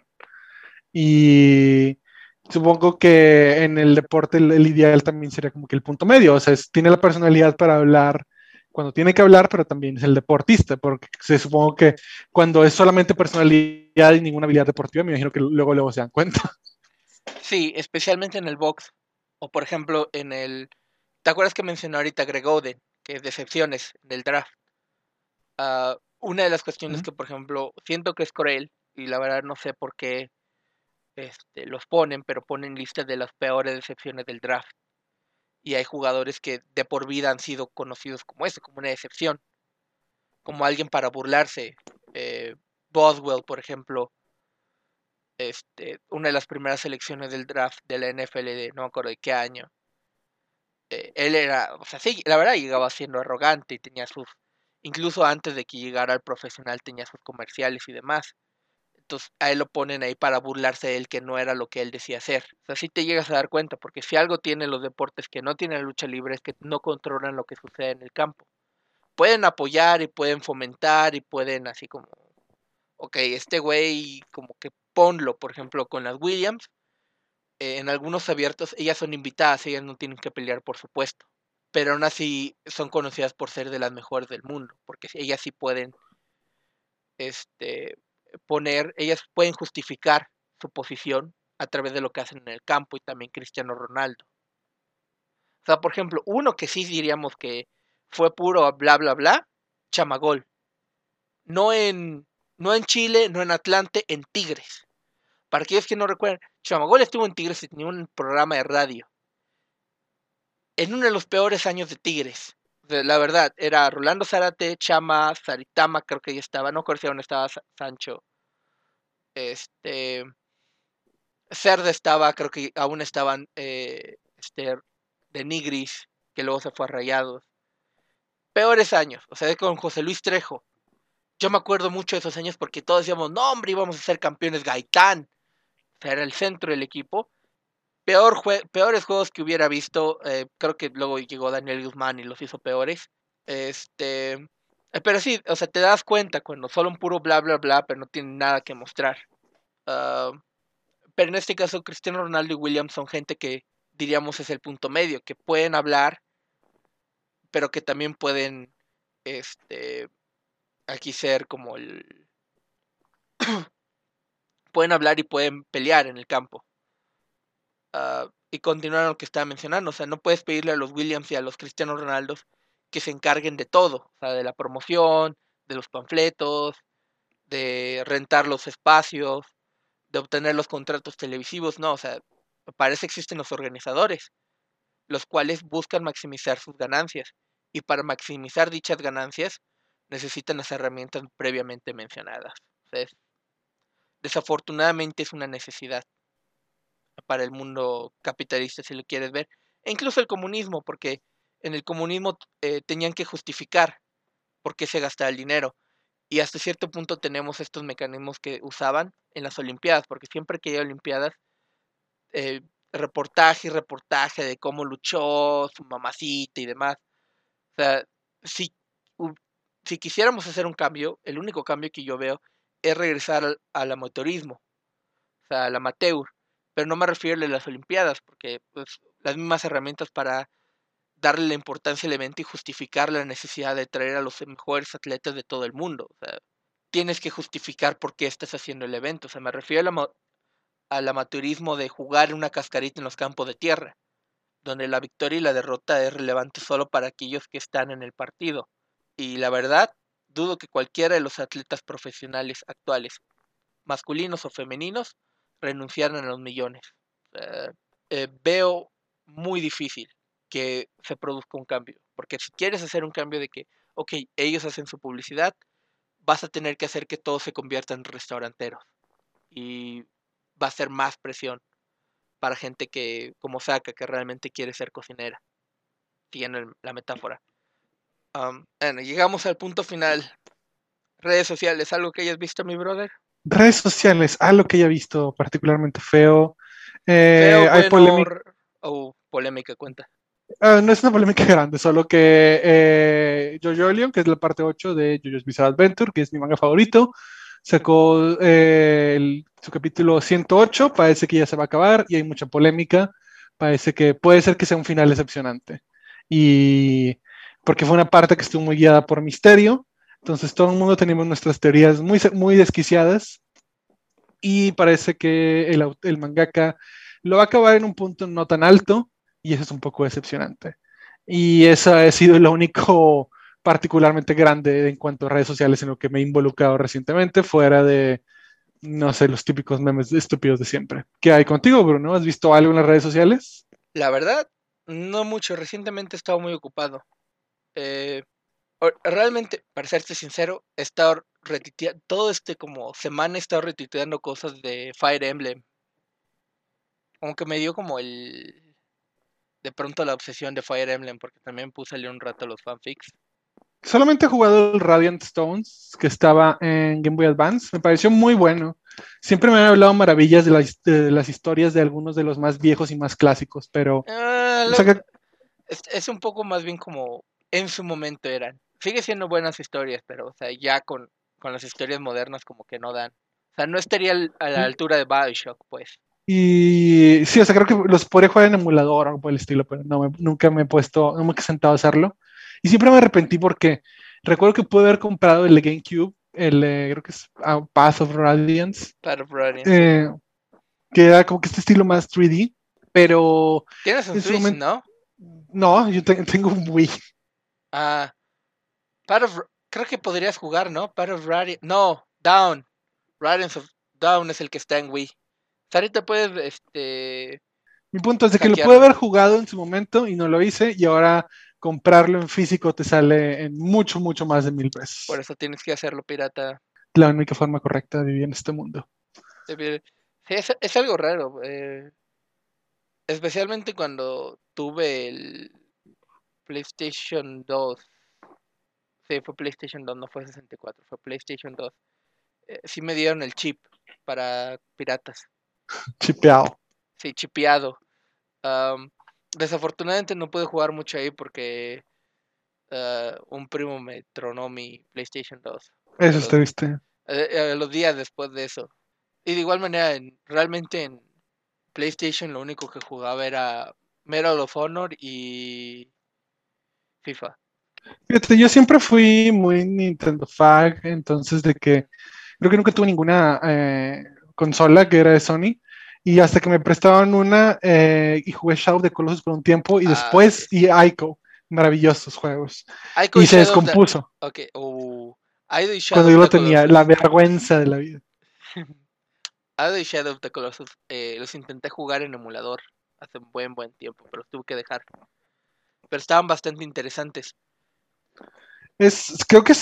Y supongo que en el deporte el ideal también sería como que el punto medio, o sea, tiene la personalidad para hablar cuando tiene que hablar, pero también es el deportista, porque se supongo que cuando es solamente personalidad y ninguna habilidad deportiva, me imagino que luego se dan cuenta. Sí, especialmente en el box. O por ejemplo, ¿te acuerdas que mencionó ahorita Greg Oden? Que es decepciones del draft. Una de las cuestiones que, por ejemplo, siento que es cruel, y la verdad no sé por qué los ponen, pero ponen listas de las peores decepciones del draft. Y hay jugadores que de por vida han sido conocidos como como una decepción, como alguien para burlarse. Boswell, por ejemplo, una de las primeras selecciones del draft de la NFL de no me acuerdo de qué año. Él era, o sea, sí, la verdad llegaba siendo arrogante y tenía incluso antes de que llegara al profesional tenía sus comerciales y demás. Entonces a él lo ponen ahí para burlarse de él, que no era lo que él decía hacer. O sea, sí te llegas a dar cuenta, porque si algo tienen los deportes que no tienen lucha libre es que no controlan lo que sucede en el campo. Pueden apoyar y pueden fomentar y pueden así como, ok, este güey como que ponlo, por ejemplo, con las Williams, en algunos abiertos ellas son invitadas, ellas no tienen que pelear por su puesto, pero aún así son conocidas por ser de las mejores del mundo, porque ellas sí pueden este, ellas pueden justificar su posición a través de lo que hacen en el campo, y también Cristiano Ronaldo. O sea, por ejemplo, uno que sí diríamos que fue puro bla bla bla, Chamagol. No en, no en Chile, no en Atlante, en Tigres. Para aquellos que no recuerdan, Chamagol estuvo en Tigres y tenía un programa de radio. En uno de los peores años de Tigres. La verdad, era Rolando Zárate, Chama, Saritama, creo que ya estaba, no recuerdo si aún estaba Sancho. Cerda estaba, creo que aún estaban de Nigris, que luego se fue a Rayados. Peores años, o sea, con José Luis Trejo. Yo me acuerdo mucho de esos años porque todos decíamos, no, hombre, íbamos a ser campeones Gaitán. O sea, era el centro del equipo. Peores juegos que hubiera visto. Creo que luego llegó Daniel Guzmán y los hizo peores. Pero sí, o sea, te das cuenta cuando solo un puro bla, bla, bla, pero no tienen nada que mostrar. Pero en este caso, Cristiano Ronaldo y Williams son gente que diríamos es el punto medio, que pueden hablar, pero que también pueden aquí ser como pueden hablar y pueden pelear en el campo. Y continuar lo que estaba mencionando, o sea, no puedes pedirle a los Williams y a los Cristiano Ronaldo que se encarguen de todo, o sea, de la promoción, de los panfletos, de rentar los espacios, de obtener los contratos televisivos, no, o sea, para eso existen los organizadores, los cuales buscan maximizar sus ganancias, y para maximizar dichas ganancias necesitan las herramientas previamente mencionadas. O sea, desafortunadamente es una necesidad para el mundo capitalista, si lo quieres ver, e incluso el comunismo, porque en el comunismo tenían que justificar por qué se gastaba el dinero, y hasta cierto punto tenemos estos mecanismos que usaban en las Olimpiadas, porque siempre que hay Olimpiadas, eh, reportaje y reportaje de cómo luchó su mamacita y demás. O sea, si, si quisiéramos hacer un cambio, el único cambio que yo veo es regresar al amateurismo, o sea, al amateur, pero no me refiero a las Olimpiadas, porque pues, las mismas herramientas para darle la importancia al evento y justificar la necesidad de traer a los mejores atletas de todo el mundo. O sea, tienes que justificar por qué estás haciendo el evento. O sea, me refiero al amateurismo de jugar una cascarita en los campos de tierra, donde la victoria y la derrota es relevante solo para aquellos que están en el partido. Y la verdad, dudo que cualquiera de los atletas profesionales actuales, masculinos o femeninos, renunciaran a los millones. Veo muy difícil que se produzca un cambio, porque si quieres hacer un cambio de que, ok, ellos hacen su publicidad, vas a tener que hacer que todo se convierta en restauranteros, y va a ser más presión para gente que, como Saka, que realmente quiere ser cocinera, siguiendo la metáfora. Bueno, llegamos al punto final. Redes sociales, ¿algo que hayas visto, mi brother? Redes sociales, algo que haya visto particularmente feo. Feo, Hay bueno polémica. o polémica, cuenta. No es una polémica grande, solo que JoJo Leon, que es la parte 8 de JoJo's Bizarre Adventure, que es mi manga favorito, sacó su capítulo 108, parece que ya se va a acabar y hay mucha polémica, parece que puede ser que sea un final decepcionante. Y porque fue una parte que estuvo muy guiada por misterio. Entonces todo el mundo teníamos nuestras teorías muy desquiciadas y parece que el mangaka lo va a acabar en un punto no tan alto y eso es un poco decepcionante. Y eso ha sido lo único particularmente grande en cuanto a redes sociales en lo que me he involucrado recientemente, fuera de, no sé, los típicos memes estúpidos de siempre. ¿Qué hay contigo, Bruno? ¿Has visto algo en las redes sociales? La verdad, no mucho. Recientemente he estado muy ocupado. Eh, Realmente, para serte sincero, he estado todo como semana he estado retuiteando cosas de Fire Emblem. Aunque me dio como de pronto la obsesión de Fire Emblem, porque también puse a leer un rato los fanfics. Solamente he jugado el Radiant Stones, que estaba en Game Boy Advance. Me pareció muy bueno. Siempre me han hablado maravillas de las historias de algunos de los más viejos y más clásicos, pero Ah, o sea que es un poco más bien como en su momento eran. Sigue siendo buenas historias, pero o sea, ya con las historias modernas como que no dan. O sea, no estaría a la altura de BioShock, pues. y sí, o sea, creo que los podría jugar en emulador o algo por el estilo, pero nunca me he puesto, no me he sentado a hacerlo. Y siempre me arrepentí porque recuerdo que pude haber comprado el de GameCube, creo que es Path of Radiance, Claro, Radiant, sí. eh, que era como que este estilo más 3D, pero Tienes un en su Switch, momento, ¿no? no, tengo un Wii. Ah, creo que podrías jugar, ¿no? Part of Radiant. No, Down. Radiance of Down es el que está en Wii. O sea, ahorita puedes, Mi punto es de que lo pude hackearlo. haber jugado en su momento y no lo hice, y ahora comprarlo en físico te sale en mucho más de 1000 pesos. Por eso tienes que hacerlo pirata. La única forma correcta de vivir en este mundo. Sí, es algo raro. Especialmente cuando tuve el PlayStation 2. Sí, fue PlayStation 2, no fue 64, fue PlayStation 2. Sí me dieron el chip para piratas. Chipeado. Sí, chipeado. Am, Desafortunadamente no pude jugar mucho ahí porque un primo me tronó mi PlayStation 2 Eso está viste. los días después de eso. Y de igual manera, realmente en PlayStation lo único que jugaba era Medal of Honor y FIFA. Fíjate, yo siempre fui muy Nintendo fag, entonces de que creo que nunca tuve ninguna consola que era de Sony. Y hasta que me prestaban una y jugué Shadow of the Colossus por un tiempo y Ah, sí. después y Ico, maravillosos juegos. Ico y Y se Shadow of the... descompuso Ok, Ido y cuando Shadow yo of lo the tenía, la Colossus. vergüenza de la vida. Ido y Shadow of the Colossus los intenté jugar en emulador hace un buen tiempo, pero los tuve que dejar. Pero estaban bastante interesantes. Creo que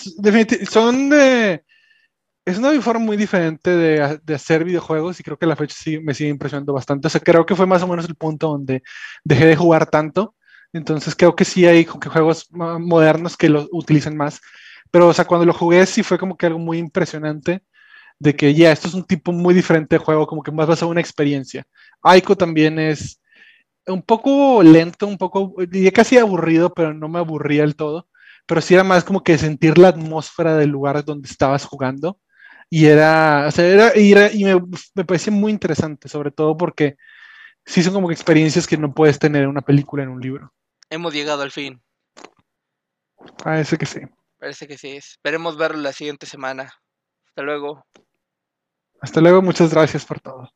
es una forma muy diferente de hacer videojuegos y creo que a la fecha sí me sigue impresionando bastante. O sea, creo que fue más o menos el punto donde dejé de jugar tanto. Entonces creo que sí hay como que juegos modernos que lo utilizan más. Pero, o sea, cuando lo jugué sí fue como que algo muy impresionante de que ya, esto es un tipo muy diferente de juego, como que más basado en una experiencia. Aiko también es un poco lento, un poco, diría casi aburrido, pero no me aburría del todo. Pero sí era más como que sentir la atmósfera del lugar donde estabas jugando. Y era, o sea, y me parecía muy interesante, sobre todo porque sí son como que experiencias que no puedes tener en una película, en un libro. Hemos llegado al fin. Parece que sí. Parece que sí. Esperemos verlo la siguiente semana. Hasta luego. Hasta luego, muchas gracias por todo.